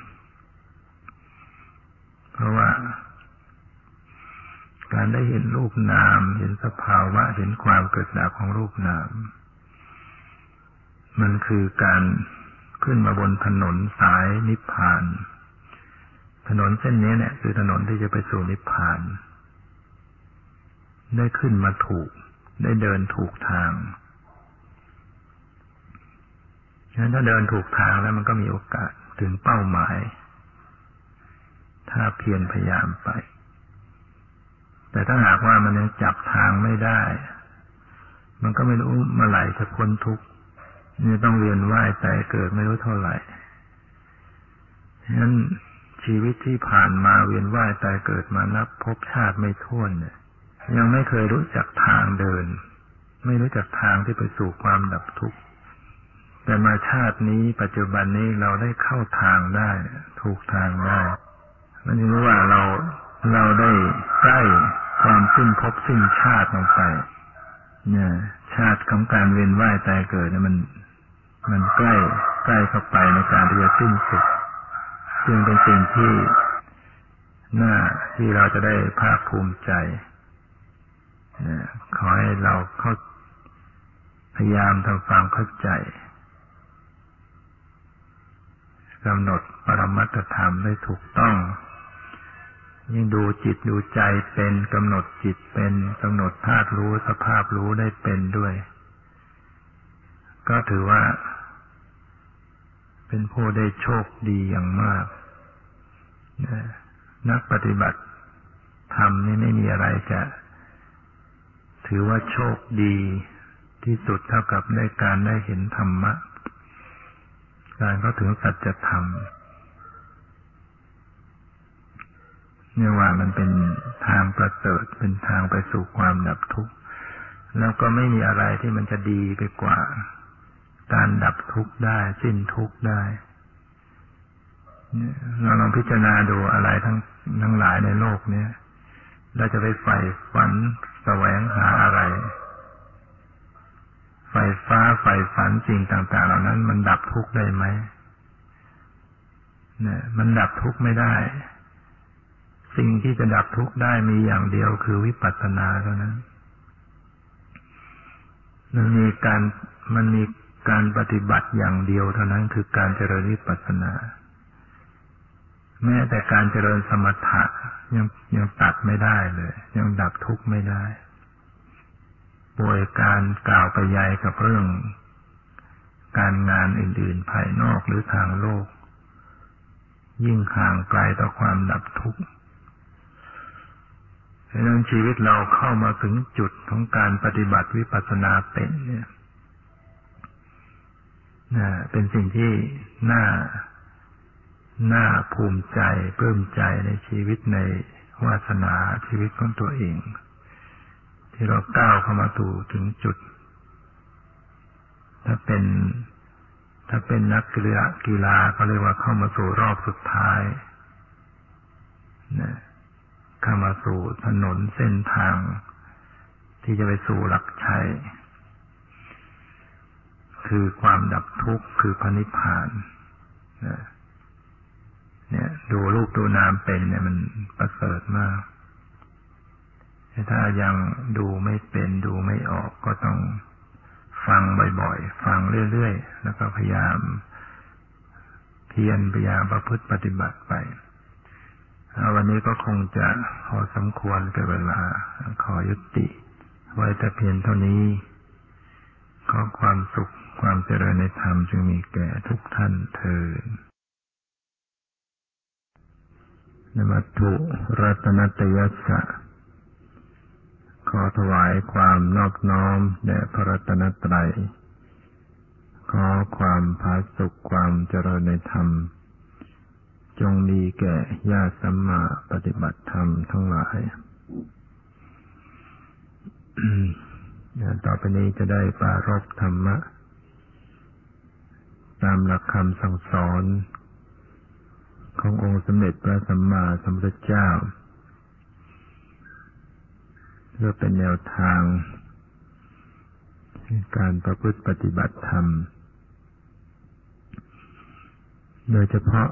เพราะว่าการได้เห็นรูปนามเห็นสภาวะเห็นความเกิดดับของรูปนามมันคือการขึ้นมาบนถนนสายนิพพานถนนเส้นนี้เนี่ยคือถนนที่จะไปสู่นิพพานได้ขึ้นมาถูกได้เดินถูกทางฉะนั้นถ้าเดินถูกทางแล้วมันก็มีโอกาสถึงเป้าหมายถ้าเพียรพยายามไปแต่ถ้าหากว่ามันยังจับทางไม่ได้มันก็ไม่รู้เมื่อไหร่จะพ้นทุกข์นี่ต้องเวียนว่ายตายเกิดไม่รู้เท่าไหร่ฉะนั้นชีวิตที่ผ่านมาเวียนว่ายตายเกิดมานับพบชาติไม่ถ้วนเนี่ยยังไม่เคยรู้จักทางเดินไม่รู้จักทางที่ไปสู่ความดับทุกข์แต่มาชาตินี้ปัจจุบันนี้เราได้เข้าทางได้ถูกทางได้มันจึงรู้ว่าเราได้ใกล้ความสิ้นภพสิ้นชาติลงไปเนี่ยชาติของการเวียนว่ายตายเกิดเนี่ยมันใกล้เข้าไปในการที่จะสิ้นสุดซึ่งเป็นสิ่งที่น่าที่เราจะได้ภาคภูมิใจขอให้เราพยายามทำความเข้าใจกำหนดปรมัตถธรรมได้ถูกต้องยิ่งดูจิตดูใจเป็นกำหนดจิตเป็นกำหนดธาตุรู้สภาพรู้ได้เป็นด้วยก็ถือว่าเป็นผู้ได้โชคดีอย่างมากนักปฏิบัติธรรมนี่ไม่มีอะไรจะถือว่าโชคดีที่สุดเท่ากับได้เห็นธรรมะการเข้าถึงสัจธรรมเนี่ยว่ามันเป็นทางประเสริฐเป็นทางไปสู่ความดับทุกข์แล้วก็ไม่มีอะไรที่มันจะดีไปกว่าการดับทุกข์ได้สิ้นทุกข์ได้เราลองพิจารณาดูอะไรทั้งหลายในโลกนี้เราจะไปใฝ่ฝันแสวงหาอะไรไฟฟ้าไฟฝันสิ่งต่างๆเหล่านั้นมันดับทุกข์ได้ไหมนะมันดับทุกข์ไม่ได้สิ่งที่จะดับทุกข์ได้มีอย่างเดียวคือวิปัสสนาเท่านั้นมันมีการปฏิบัติอย่างเดียวเท่านั้นคือการเจริญวิปัสสนาแม้แต่การเจริญสมถะยังตัดไม่ได้เลยยังดับทุกข์ไม่ได้ป่วยการกล่าวไปยายกับเรื่องการงานอื่นๆภายนอกหรือทางโลกยิ่งห่างไกลต่อความดับทุกข์เพราะฉะนั้นชีวิตเราเข้ามาถึงจุดของการปฏิบัติวิปัสสนาเป็นเนี่ยเป็นสิ่งที่น่าภูมิใจปลื้มใจในชีวิตในวาสนาชีวิตของตัวเองที่เราก้าวเข้ามาถึงจุดถ้าเป็นนักกีฬาก็เรียกว่าเข้ามาสู่รอบสุดท้ายนะเข้ามาสู่ถนนเส้นทางที่จะไปสู่หลักชัยคือความดับทุกข์คือพระนิพพานเนี่ยดูรูปดูนามเป็นเนี่ยมันประเสริฐมากถ้ายังดูไม่เป็นดูไม่ออกก็ต้องฟังบ่อยๆฟังเรื่อยๆแล้วก็พยายามประพฤติปฏิบัติไปวันนี้ก็คงจะพอสมควรกับเวลาขอยุติไว้แต่เพียงเท่านี้ขอความสุขความเจริญในธรรมจงมีแก่ทุกท่านเทอญนะมัตถุรัตนัตยัสสะขอถวายความนอบน้อมแด่พระรัตนตรัยขอความผาสุกความเจริญในธรรมจงมีแก่ญาติสัมมาปฏิบัติธรรมทั้งหลาย ต่อไปนี้จะได้ปรารภธรรมะตามหลักคำสั่งสอนขององค์สมเด็จพระสัมมาสัมพุทธเจ้าเพื่อเป็นแนวทางการประพฤติปฏิบัติธรรมโดยเฉพาะ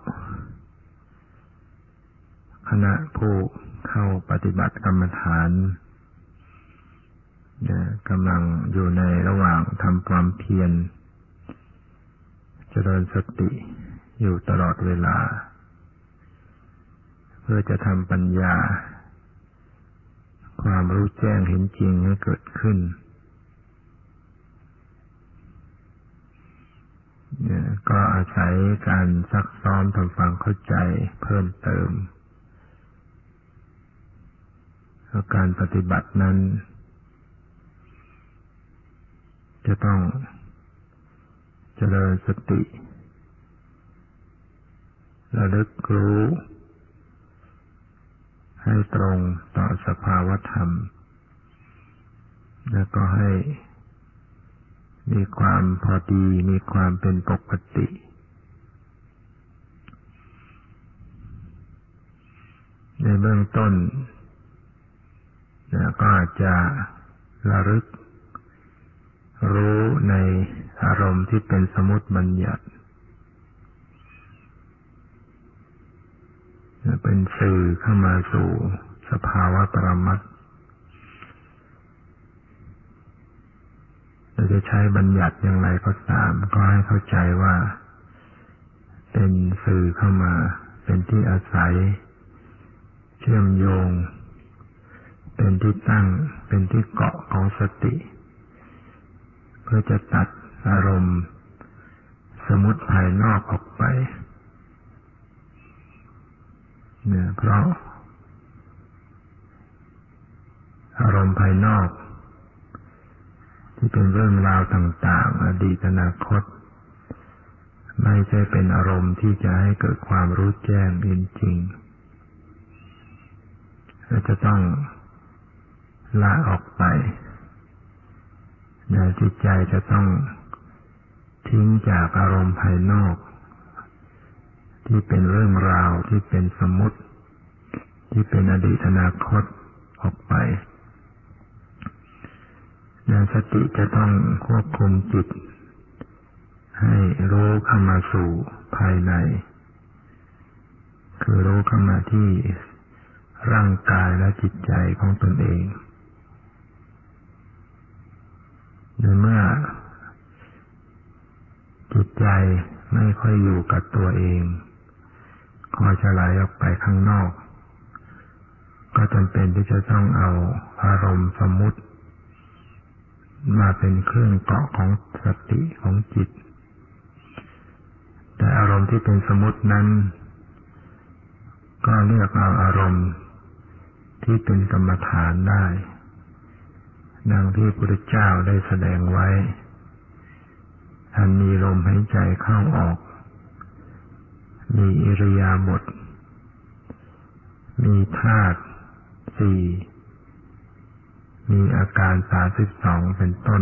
คณะผู้เข้าปฏิบัติกรรมฐานกำลังอยู่ในระหว่างทำความเพียรเจริญสติอยู่ตลอดเวลาเพื่อจะทำปัญญาความรู้แจ้งเห็นจริงให้เกิดขึ้นก็อาศัยการซักซ้อมทำความเข้าใจเพิ่มเติมการปฏิบัตินั้นจะต้องเจริญสติระลึกรู้ให้ตรงต่อสภาวธรรมแล้วก็ให้มีความพอดีมีความเป็นปกติในเบื้องต้นก็จะระลึกรู้ในอารมณ์ที่เป็นสมมุติบัญญัติเป็นสื่อเข้ามาสู่สภาวะปรมัตถ์เราจะใช้บัญญัติอย่างไรก็ตามก็ให้เข้าใจว่าเป็นสื่อเข้ามาเป็นที่อาศัยเชื่อมโยงเป็นที่ตั้งเป็นที่เกาะของสติเพื่อจะตัดอารมณ์สมมุติภายนอกออกไปเพราะอารมณ์ภายนอกที่เป็นเรื่องราวต่างๆอดีตอนาคตไม่ใช่เป็นอารมณ์ที่จะให้เกิดความรู้แจ้งจริงๆเราจะต้องละออกไปจิตใจจะต้องทิ้งจากอารมณ์ภายนอกที่เป็นเรื่องราวที่เป็นสมมุติที่เป็นอดีตอนาคตออกไปสติจะต้องควบคุมจิตให้รู้เข้ามาสู่ภายในคือรู้เข้ามาที่ร่างกายและจิตใจของตนเองในเมื่อจิตใจไม่ค่อยอยู่กับตัวเองคอยจะไหลออกไปข้างนอกก็จำเป็นที่จะต้องเอาอารมณ์สมมุติมาเป็นเครื่องเกาะของสติของจิตแต่อารมณ์ที่เป็นสมมุตินั้นก็เลือกเอาอารมณ์ที่เป็นกรรมฐานได้ดังที่พระพุทธเจ้าได้แสดงไว้ท่านมีลมหายใจเข้าออกมีอิริยาบถมีธาตุสี่มีอาการ32เป็นต้น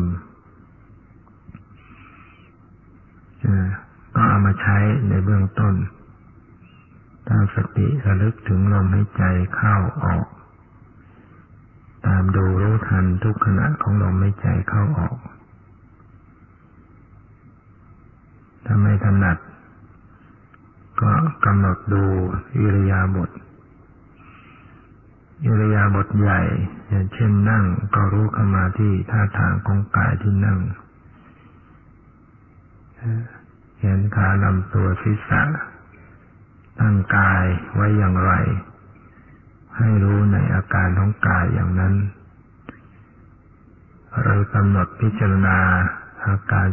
ก็เอามาใช้ในเบื้องต้นตั้งสติระลึกถึงลมหายใจเข้าออกตามดูรู้ทันทุกขณะของลมหายใจเข้าออกถ้าไม่ถนัดก็กำหนดดูอิริยาบถใหญ่อย่างเช่นนั่งก็รู้เข้ามาที่ท่าทางของกายที่นั่งเห็นขาลำตัวศีรษะตั้งกายไว้อย่างไรให้รู้ในอาการของกายอย่างนั้นเรากำหนดพิจารณาอาการ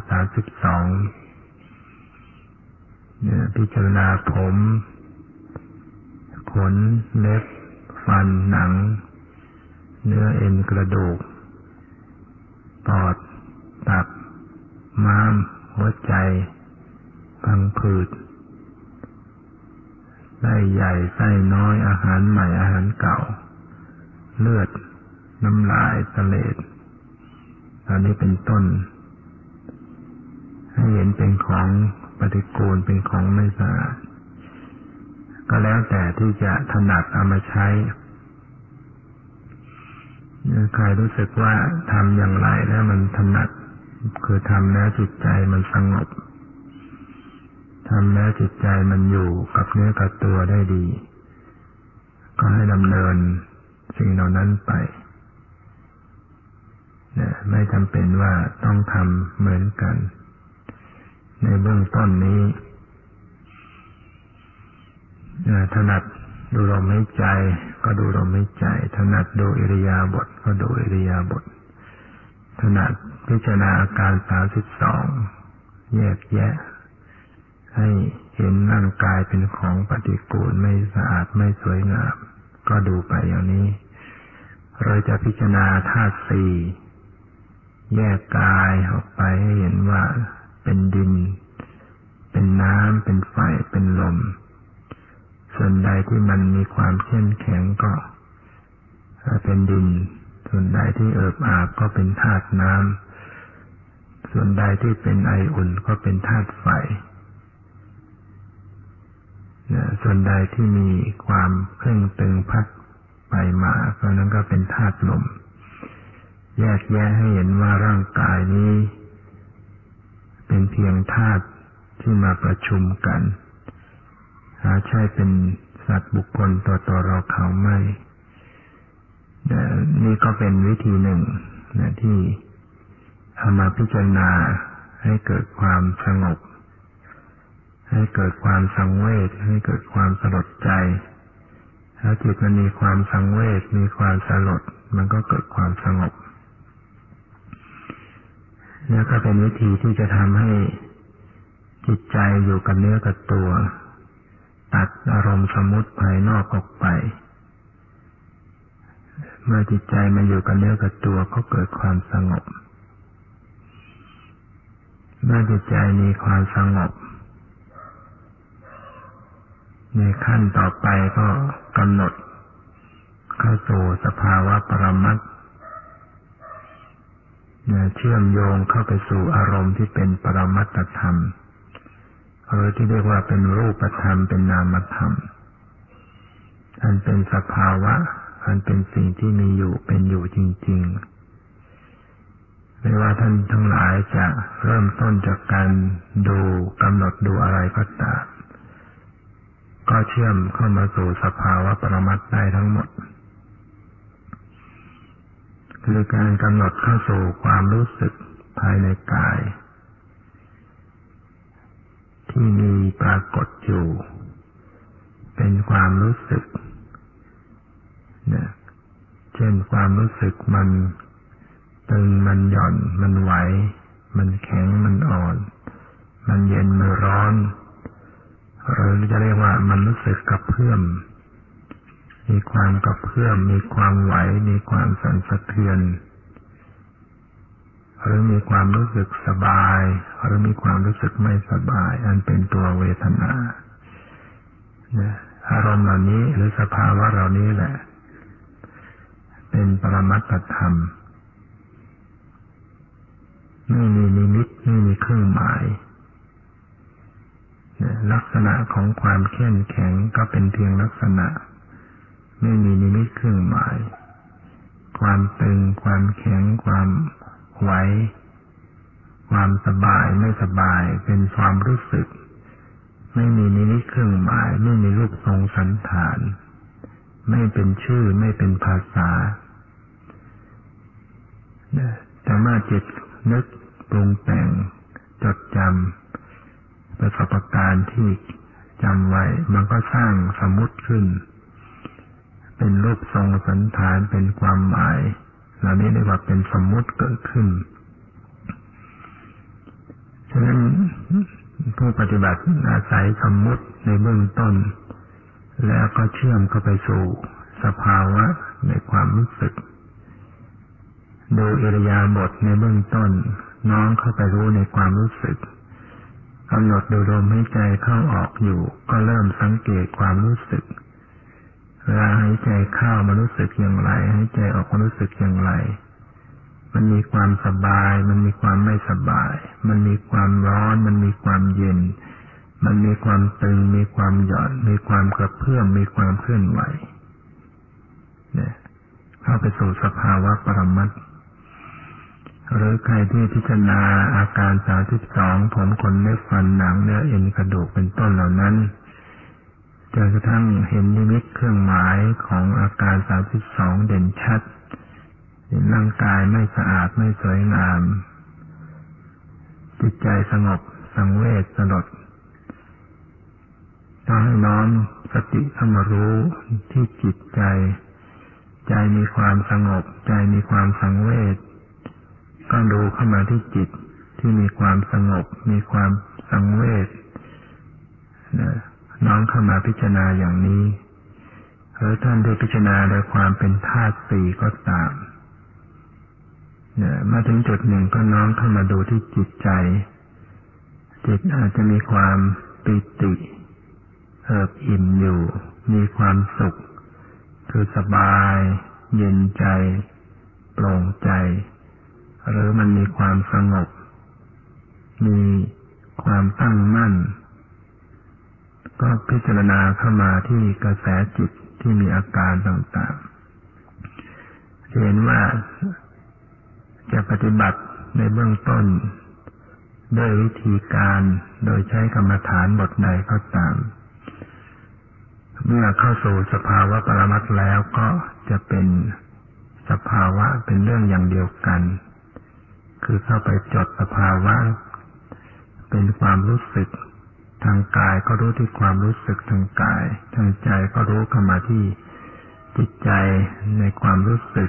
32พิจารณาผมขนเล็บฟันหนังเนื้อเอ็นกระดูกปอดตับม้ามหัวใจพังผืดไส้ใหญ่ไส้น้อยอาหารใหม่อาหารเก่าเลือดน้ำลายเสลดตอนนี้เป็นต้นให้เห็นเป็นของปฏิกูลเป็นของไม่สะอาดก็แล้วแต่ที่จะถนัดเอามาใช้ใครรู้สึกว่าทำอย่างไรแล้วมันถนัดคือทำแล้วจิตใจมันสงบทำแล้วจิตใจมันอยู่กับเนื้อกับตัวได้ดีก็ให้ดำเนินสิ่งเหล่านั้นไปไม่จำเป็นว่าต้องทำเหมือนกันในเบื้องต้นนี้ถนัดดูลมหายใจก็ดูลมหายใจถนัดดูอิริยาบถก็ดูอิริยาบถถนัดพิจารณาอาการ32แยกแยะให้เห็นร่างกายเป็นของปฏิกูลไม่สะอาดไม่สวยงามก็ดูไปอย่างนี้เราจะพิจารณาธาตุสี่แยกกายออกไปให้เห็นว่าเป็นดินเป็นน้ำเป็นไฟเป็นลมส่วนใดที่มันมีความเข้มแข็งก็เป็นดินส่วนใดที่เอิบอาบก็เป็นธาตุน้ำส่วนใดที่เป็นไออุ่นก็เป็นธาตุไฟส่วนใดที่มีความเคร่งตึงพัดไปมาก็นั้นก็เป็นธาตุลมแยกแยะให้เห็นว่าร่างกายนี้เป็นเพียงธาตุที่มาประชุมกันหาใช่เป็นสัตว์บุคคลตัวเราเขาไม่นี่ก็เป็นวิธีหนึ่งที่เอามาพิจารณาให้เกิดความสงบให้เกิดความสังเวชให้เกิดความสลดใจถ้าจิตมันมีความสังเวชมีความสลดมันก็เกิดความสงบแล้วก็เป็นวิธีที่จะทำให้จิตใจอยู่กับเนื้อกับตัวตัดอารมณ์สมมุติภายนอกออกไปเมื่อจิตใจมันอยู่กับเนื้อกับตัวก็เกิดความสงบเมื่อจิตใจมีความสงบในขั้นต่อไปก็กำหนดเข้าสู่สภาวะปรมัตถ์เชื่อมโยงเข้าไปสู่อารมณ์ที่เป็นปรมัตถธรรมหรือที่เรียกว่าเป็นรูปธรรมเป็นนามธรรมอันเป็นสภาวะอันเป็นสิ่งที่มีอยู่เป็นอยู่จริงๆไม่ว่าท่านทั้งหลายจะเริ่มต้นจากการดูกำหนดดูอะไรก็ตามก็ก็เชื่อมเข้ามาสู่สภาวะปรมัตถ์ได้ทั้งหมดคือการกำหนดเข้าสู่ความรู้สึกภายในกายที่มีปรากฏอยู่เป็นความรู้สึกนะเช่นความรู้สึกมันตึงมันหย่อนมันไหวมันแข็งมันอ่อนมันเย็นมันร้อนหรือจะเรียกว่ามันรู้สึกกระเพื่อมมีความกระเพื่อมมีความไหวมีความสั่นสะเทือนหรือมีความรู้สึกสบายหรือมีความรู้สึกไม่สบายอันเป็นตัวเวทนาอารมณ์เหล่านี้หรือสภาวะเหล่านี้แหละเป็นปรมัตถธรรมไม่มีนิมิตไม่มีเครื่องหมายลักษณะของความเข้มแข็งก็เป็นเพียงลักษณะไม่มีนิมิตเครื่องหมายความตึงความแข็งความไหวความสบายไม่สบายเป็นความรู้สึกไม่มีนิมิตเครื่องหมายไม่มีรูปทรงสันฐานไม่เป็นชื่อไม่เป็นภาษาแต่เมื่อจิตนึกปรุงแต่งจดจำประสบการณ์ที่จำไว้มันก็สร้างสมมุติขึ้นเป็นรูปทรงสันฐานเป็นความหมายเหล่านี้เรียกว่าเป็นสมมุติเกิดขึ้นฉะนั้นผู้ปฏิบัติอาศัยสมมุติในเบื้องต้นแล้วก็เชื่อมเข้าไปสู่สภาวะในความรู้สึกดูอิริยาบถในเบื้องต้นน้อมเข้าไปรู้ในความรู้สึกกำหนดดูลมหายใจเข้าออกอยู่ก็เริ่มสังเกตความรู้สึกเวลาหายใจเข้ามันรู้สึกอย่างไรหายใจออกมันรู้สึกอย่างไรมันมีความสบายมันมีความไม่สบายมันมีความร้อนมันมีความเย็นมันมีความตึงมีความหย่อนมีความกระเพื่อมมีความเคลื่อนไหวเนี่ยเข้าไปสู่สภาวะปรมัตถ์หรือใครที่พิจารณาอาการ32ผมขนเล็บฟันหนังเนื้อเอ็นกระดูกเป็นต้นเหล่านั้นจนกระทั่งเห็นนิมิตเครื่องหมายของอาการ32เด่นชัดเห็นร่างกายไม่สะอาดไม่สวยงามจิตใจสงบสังเวชสลดต้องให้น้อมสติเข้ามารู้ที่จิตใจใจมีความสงบใจมีความสังเวชก็ดูเข้ามาที่จิตที่มีความสงบมีความสังเวชน้อมเข้ามาพิจารณาอย่างนี้หรือท่านได้พิจารณาโดยความเป็นธาตุสี่ก็ตามมาถึงจุดหนึ่งก็น้อมเข้ามาดูที่จิตใจจิตอาจจะมีความปิติเอิบอิ่มอยู่มีความสุขคือสบายเย็นใจโปร่งใจหรือมันมีความสงบมีความตั้งมั่นก็พิจารณาเข้ามาที่กระแสจิตที่มีอาการต่างๆเห็นว่าจะปฏิบัติในเบื้องต้นด้วยวิธีการโดยใช้กรรมฐานบทใดก็ตามเมื่อเข้าสู่สภาวะปรมัตถ์แล้วก็จะเป็นสภาวะเป็นเรื่องอย่างเดียวกันคือเข้าไปจดสภาวะเป็นความรู้สึกทางกายก็รู้ที่ความรู้สึกทางกายทางใจก็รู้เข้ามาที่จิตใจในความรู้สึก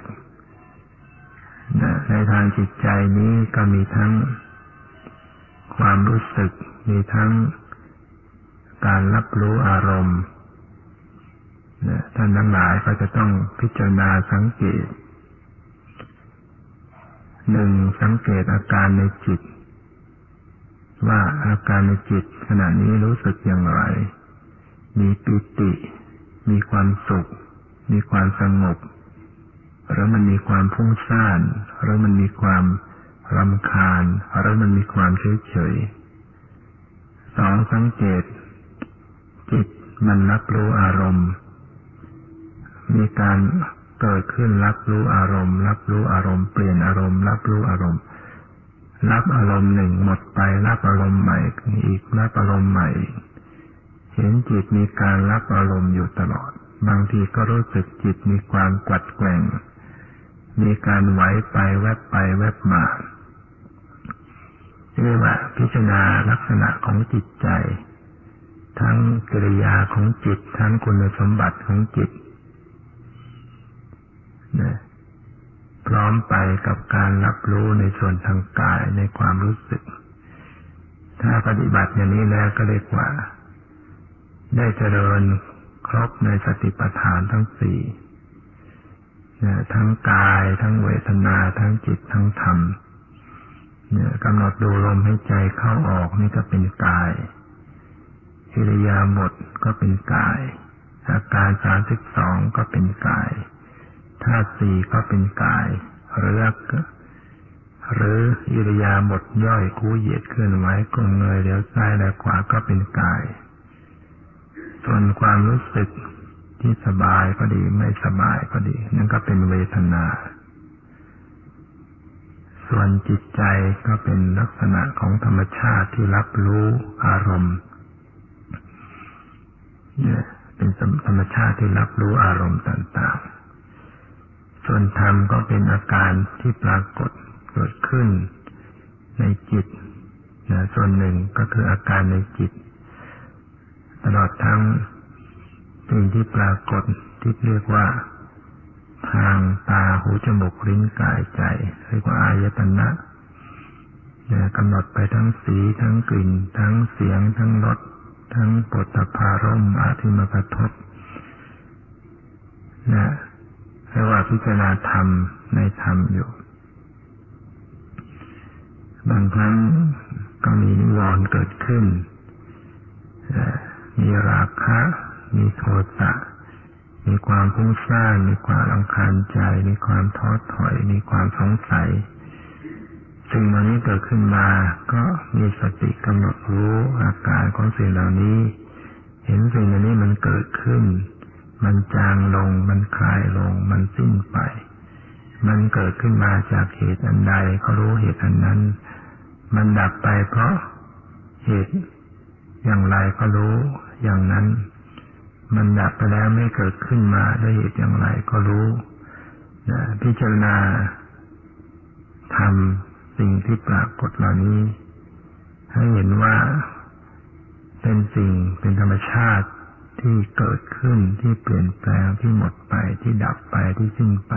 ในทางจิตใจนี้ก็มีทั้งความรู้สึกมีทั้งการรับรู้อารมณ์ท่านทั้งหลายก็จะต้องพิจารณาสังเกตหนึ่งสังเกตอาการในจิตว่าอาการในจิตขณะนี้รู้สึกอย่างไรมีปิติมีความสุขมีความสงบหรือมันมีความฟุ้งซ่านหรือมันมีความรำคาญหรือมันมีความเฉยๆสองสังเกตจิตมันรับรู้อารมณ์มีการเกิดขึ้นรับรู้อารมณ์รับรู้อารมณ์เปลี่ยนอารมณ์รับรู้อารมณ์รับอารมณ์หนึ่งหมดไปรับอารมณ์ใหม่อีกรับอารมณ์ใหม่เห็นจิตมีการรับอารมณ์อยู่ตลอดบางทีก็รู้สึกจิตมีความกวัดแกว่งมีการไหวไปแวบไปแวบมาเรียกว่าพิจารณาลักษณะของจิตใจทั้งกิริยาของจิตทั้งคุณสมบัติของจิตนะพร้อมไปกับการรับรู้ในส่วนทางกายในความรู้สึกถ้าปฏิบัติอย่างนี้แล้วก็เรียกว่าได้เจริญครบในสติปัฏฐานทั้งสี่ทั้งกายทั้งเวทนาทั้งจิตทั้งธรรมกำหนดดูลมให้ใจเข้าออกนี่ก็เป็นกายอิริยาบถก็เป็นกายอาการ32ก็เป็นกายธาตุสี่ก็เป็นกายหรืออิริยาบถย่อยคู่เหยียดเคลื่อนไหวก้มเงยเลี้ยวซ้ายแลขวาก็เป็นกายส่วนความรู้สึกที่สบายก็ดีไม่สบายก็ดีนั่นก็เป็นเวทนาส่วนจิตใจก็เป็นลักษณะของธรรมชาติที่รับรู้อารมณ์เป็นธรรมชาติที่รับรู้อารมณ์ต่างๆส่วนธรรมก็เป็นอาการที่ปรากฏเกิดขึ้นในจิตส่วนหนึ่งก็คืออาการในจิตตลอดทั้งสิ่งที่ปรากฏที่เรียกว่าทางตาหูจมูกลิ้นกายใจเรียกว่าอายตนะกำหนดไปทั้งสีทั้งกลิ่นทั้งเสียงทั้งรสทั้งโผฏฐัพพารมณ์ที่มากระทบเรียกว่าพิจารณาธรรมในธรรมอยู่บางครั้งก็มีนิวรณ์เกิดขึ้นมีราคะมีโทสะมีความฟุ้งซ่านมีความรำคาญใจมีความท้อถอยมีความสงสัยสิ่งเหล่านี้เกิดขึ้นมาก็มีสติกำหนดรู้อาการของสิ่งเหล่านี้เห็นสิ่งเหล่านี้มันเกิดขึ้นมันจางลงมันคลายลงมันสิ้นไปมันเกิดขึ้นมาจากเหตุอันใดก็รู้เหตุอันนั้นมันดับไปเพราะเหตุอย่างไรก็รู้อย่างนั้นมันดับไปแล้วไม่เกิดขึ้นมาด้วยเหตุอย่างไรก็รู้พิจารณาทำสิ่งที่ปรากฏเหล่านี้ให้เห็นว่าเป็นสิ่งเป็นธรรมชาติที่เกิดขึ้นที่เปลี่ยนแปลงที่หมดไปที่ดับไปที่สิ้นไป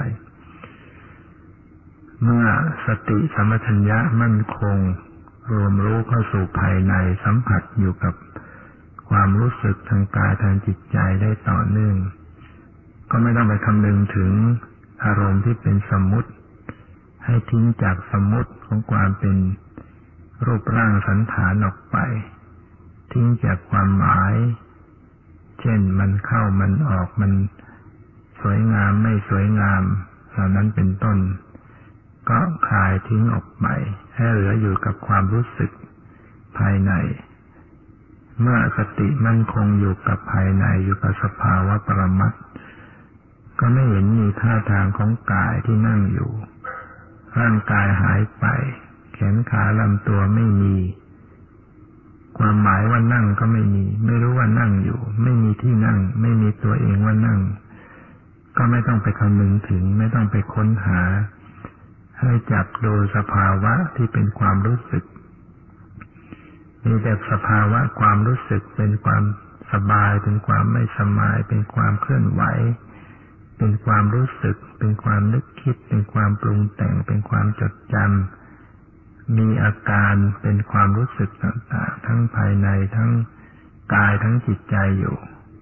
เมื่อสติสัมปชัญญะมั่นคงรวมรู้เข้าสู่ภายในสัมผัสอยู่กับความรู้สึกทางกายทางจิตใจได้ต่อเนื่องก็ไม่ต้องไปคำนึงถึงอารมณ์ที่เป็นสมมุติให้ทิ้งจากสมมุติของความเป็นรูปร่างสันฐานออกไปทิ้งจากความหมายเช่นมันเข้ามันออกมันสวยงามไม่สวยงามเหล่านั้นเป็นต้นก็คลายทิ้งออกไปให้เหลืออยู่กับความรู้สึกภายในเมื่อสติมั่นคงอยู่กับภายในอยู่กับสภาวะปรมัตถ์ก็ไม่เห็นมีท่าทางของกายที่นั่งอยู่ร่างกายหายไปแขนขาลำตัวไม่มีความหมายว่านั่งก็ไม่มีไม่รู้ว่านั่งอยู่ไม่มีที่นั่งไม่มีตัวเองว่านั่งก็ไม่ต้องไปคำนึงถึงไม่ต้องไปค้นหาให้จับดูสภาวะที่เป็นความรู้สึกมีแต่สภาวะความรู้สึกเป็นความสบายเป็นความไม่สบายเป็นความเคลื่อนไหวเป็นความรู้สึกเป็นความนึกคิดเป็นความปรุงแต่งเป็นความจดจำมีอาการเป็นความรู้สึกต่างๆทั้งภายในทั้งกายทั้งจิตใจอยู่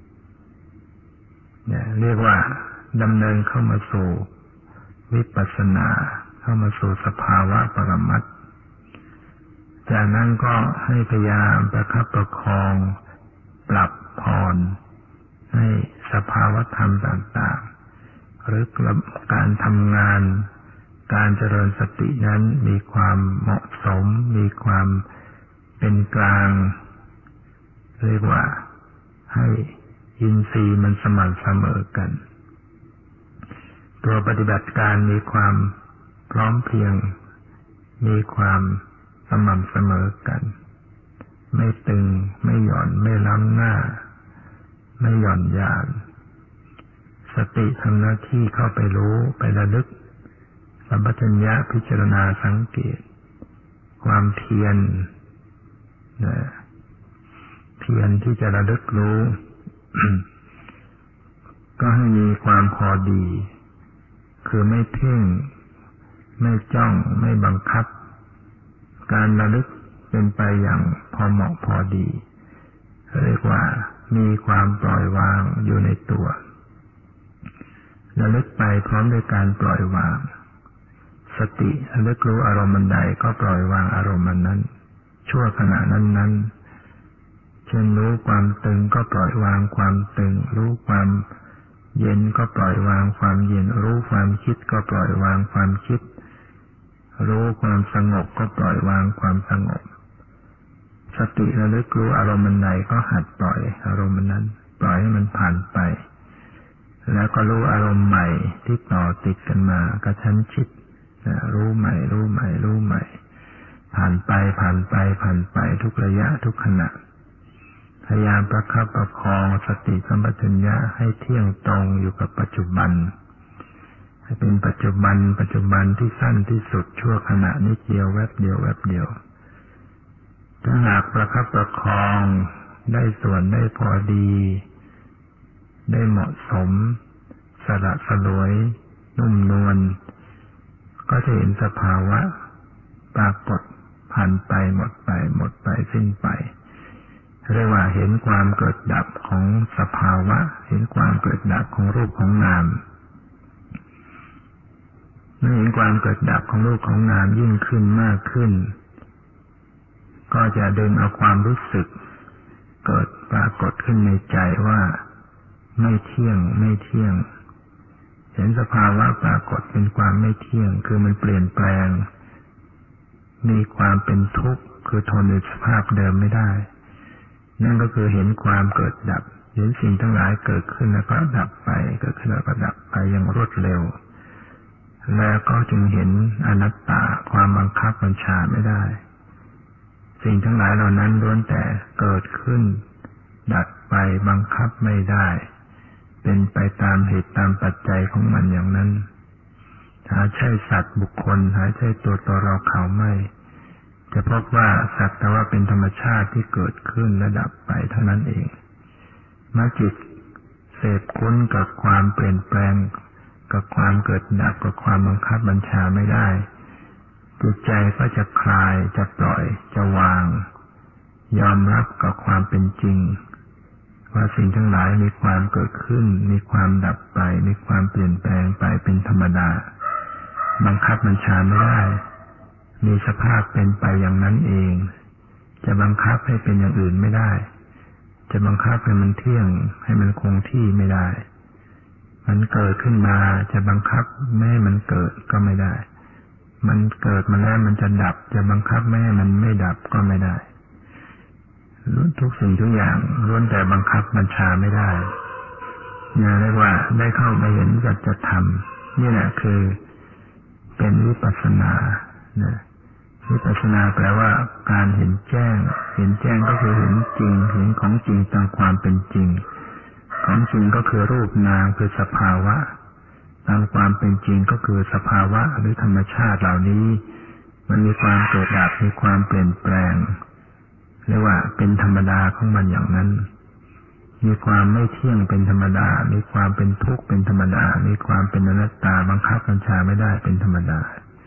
เรียกว่าดำเนินเข้ามาสู่วิปัสสนาเข้ามาสู่สภาวะปรมัตถ์จากนั้นก็ให้พยายามประคับประคองปรับผ่อนให้สภาวะธรรมต่างๆหรือการทำงานการเจริญสตินั้นมีความเหมาะสมมีความเป็นกลางเรียกว่าให้อินทรีย์มันสม่ำเสมอกันตัวปฏิบัติการมีความพร้อมเพรียงมีความสม่ำเสมอกันไม่ตึงไม่หย่อนไม่ล้ำหน้าไม่หย่อนยานสติทำหน้าที่เข้าไปรู้ไประลึกสัมปชัญญะพิจารณาสังเกตความเพียรเพียรที่จะระลึกรู้ ก็ให้มีความพอดีคือไม่เพ่งไม่จ้องไม่บังคับการระลึกเป็นไปอย่างพอเหมาะพอดีเรียกว่ามีความปล่อยวางอยู่ในตัวระลึกไปพร้อมด้วยการปล่อยวางสติระลึกรู้อารมณ์ใดก็ปล่อยวางอารมณ์นั้นชั่วขณะนั้นเช่นรู้ความตึงก็ปล่อยวางความตึงรู้ความเย็นก็ปล่อยวางความเย็นรู้ความคิดก็ปล่อยวางความคิดรู้ความสงบก็ปล่อยวางความสงบสติระลึกรู้อารมณ์ใดก็หัดปล่อยอารมณ์นั้นปล่อยให้มันผ่านไปแล้วก็รู้อารมณ์ใหม่ที่ต่อติดกันมากระชั้นชิดรู้ใหม่รู้ใหม่รู้ใหม่ผ่านไปผ่านไปผ่านไปทุกระยะทุกขณะพยายามประคับประคองสติสัมปชัญญะให้เที่ยงตรงอยู่กับปัจจุบันให้เป็นปัจจุบันปัจจุบันที่สั้นที่สุดชั่วขณะนิดเดียวแวบเดียวแวบเดียวถ้าหากประคับประคองได้ส่วนได้พอดีได้เหมาะสมสละสลวยนุ่มนวลก็จะเห็นสภาวะปรากฏผ่านไปหมดไปหมดไปสิ้นไปเรียกว่าเห็นความเกิดดับของสภาวะเห็นความเกิดดับของรูปของนามเมื่อเห็นความเกิดดับของรูปของนามยิ่งขึ้นมากขึ้นก็จะดึงเอาความรู้สึกเกิดปรากฏขึ้นในใจว่าไม่เที่ยงไม่เที่ยงเห็นสภาวะปรากฏเป็นความไม่เที่ยงคือมันเปลี่ยนแปลงมีความเป็นทุกข์คือทนในสภาพเดิมไม่ได้นั่นก็คือเห็นความเกิดดับเห็นสิ่งทั้งหลายเกิดขึ้นแล้วก็ดับไปเกิดขึ้นแล้วก็ดับไปอย่างรวดเร็วแล้วก็จึงเห็นอนัตตาความบังคับบัญชาไม่ได้สิ่งทั้งหลายเหล่านั้นล้วนแต่เกิดขึ้นดับไปบังคับไม่ได้เป็นไปตามเหตุตามปัจจัยของมันอย่างนั้นหาใช่สัตว์บุคคลหาใช่ตัวตนเราเขาไม่จะพบว่าสักแต่ว่าเป็นธรรมชาติที่เกิดขึ้นและดับไปเท่านั้นเองเมื่อจิตเสพคุ้นกับความเปลี่ยนแปลงกับความเกิดดับกับความบังคับบัญชาไม่ได้จิตใจก็จะคลายจะปล่อยจะวางยอมรับกับความเป็นจริงว่าสิ่งทั้งหลายมีความเกิดขึ้นมีความดับไปมีความเปลี่ยนแปลงไปเป็นธรรมดาบังคับบัญชาไม่ได้มีสภาพเป็นไปอย่างนั้นเองจะบังคับให้เป็นอย่างอื่นไม่ได้จะบังคับให้มันเที่ยงให้มันคงที่ไม่ได้มันเกิดขึ้นมาจะบังคับไม่ให้มันเกิดก็ไม่ได้มันเกิดมาแล้วมันจะดับจะบังคับไม่ให้มันไม่ดับก็ไม่ได้ทุกสิ่งทุกอย่างล้วนแต่บังคับบัญชาไม่ได้เรียกว่าได้เข้าไปเห็นสัจธรรมนี่แหละคือเป็นวิปัสสนาวิปัสสนาแปลว่าการเห็นแจ้งเห็นแจ้งก็คือเห็นจริงเห็นของจริงตามความเป็นจริงของจริงก็คือรูปนามคือสภาวะตามความเป็นจริงก็คือสภาวะหรือธรรมชาติเหล่านี้มันมีความเกิดดับมีความเปลี่ยนแปลงเรียกว่าเป็นธรรมดาของมันอย่างนั้นมีความไม่เที่ยงเป็นธรรมดามีความเป็นทุกข์เป็นธรรมดามีความเป็นอนัตตาบังคับบัญชาไม่ได้เป็นธรรมดา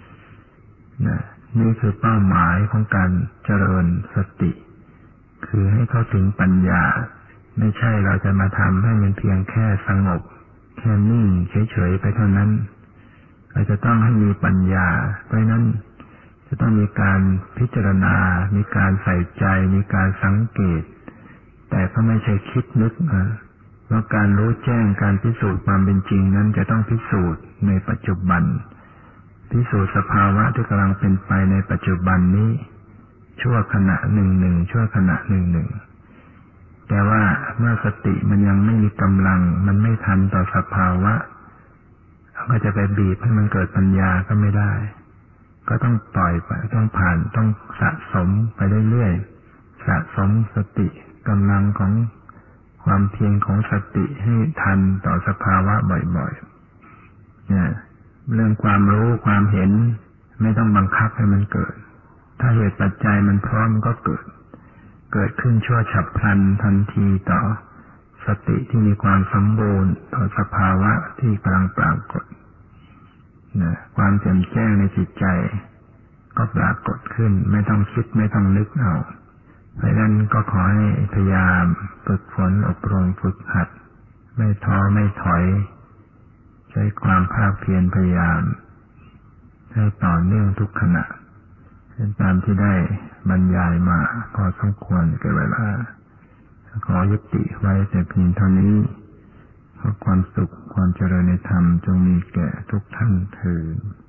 นี่คือเป้าหมายของการเจริญสติคือให้เข้าถึงปัญญาไม่ใช่เราจะมาทำให้มันเพียงแค่สงบแค่นิ่งเฉยๆไปเท่านั้นเราจะต้องให้มีปัญญาเพราะนั้นจะต้องมีการพิจารณามีการใส่ใจมีการสังเกตแต่ก็ไม่ใช่คิดนึกเพราะการรู้แจ้งการพิสูจน์ความเป็นจริงนั้นจะต้องพิสูจน์ในปัจจุบันพิสูจน์สภาวะที่กำลังเป็นไปในปัจจุบันนี้ชั่วขณะหนึ่งชั่วขณะหนึ่งแต่ว่าเมื่อสติมันยังไม่มีกำลังมันไม่ทันต่อสภาวะก็จะไปบีบให้มันเกิดปัญญาก็ไม่ได้ก็ต้องปล่อยไปต้องผ่านต้องสะสมไปเรื่อยๆสะสมสติกำลังของความเพียรของสติให้ทันต่อสภาวะบ่อยๆเนี่ยเรื่องความรู้ความเห็นไม่ต้องบังคับให้มันเกิดถ้าเหตุปัจจัยมันพร้อมก็เกิดขึ้นชั่วฉับพลันทันทีต่อสติที่มีความสมบูรณ์ต่อสภาวะที่กำลังปรากฏความแจ่มแจ้งในจิตใจก็ปรากฏขึ้นไม่ต้องคิดไม่ต้องนึกเอาเพราะฉะนั้นก็ขอให้พยายามฝึกฝนอบรมฝึกหัดไม่ท้อไม่ถอยใช้ความภาคเพียรพยายามให้ต่อเนื่องทุกขณะตามที่ได้บรรยายมาพอสมควรแก่เวลาขอยุติไว้แต่เพียงเท่านี้ขอความสุขความเจริญในธรรมจงมีแก่ทุกท่านเทอญ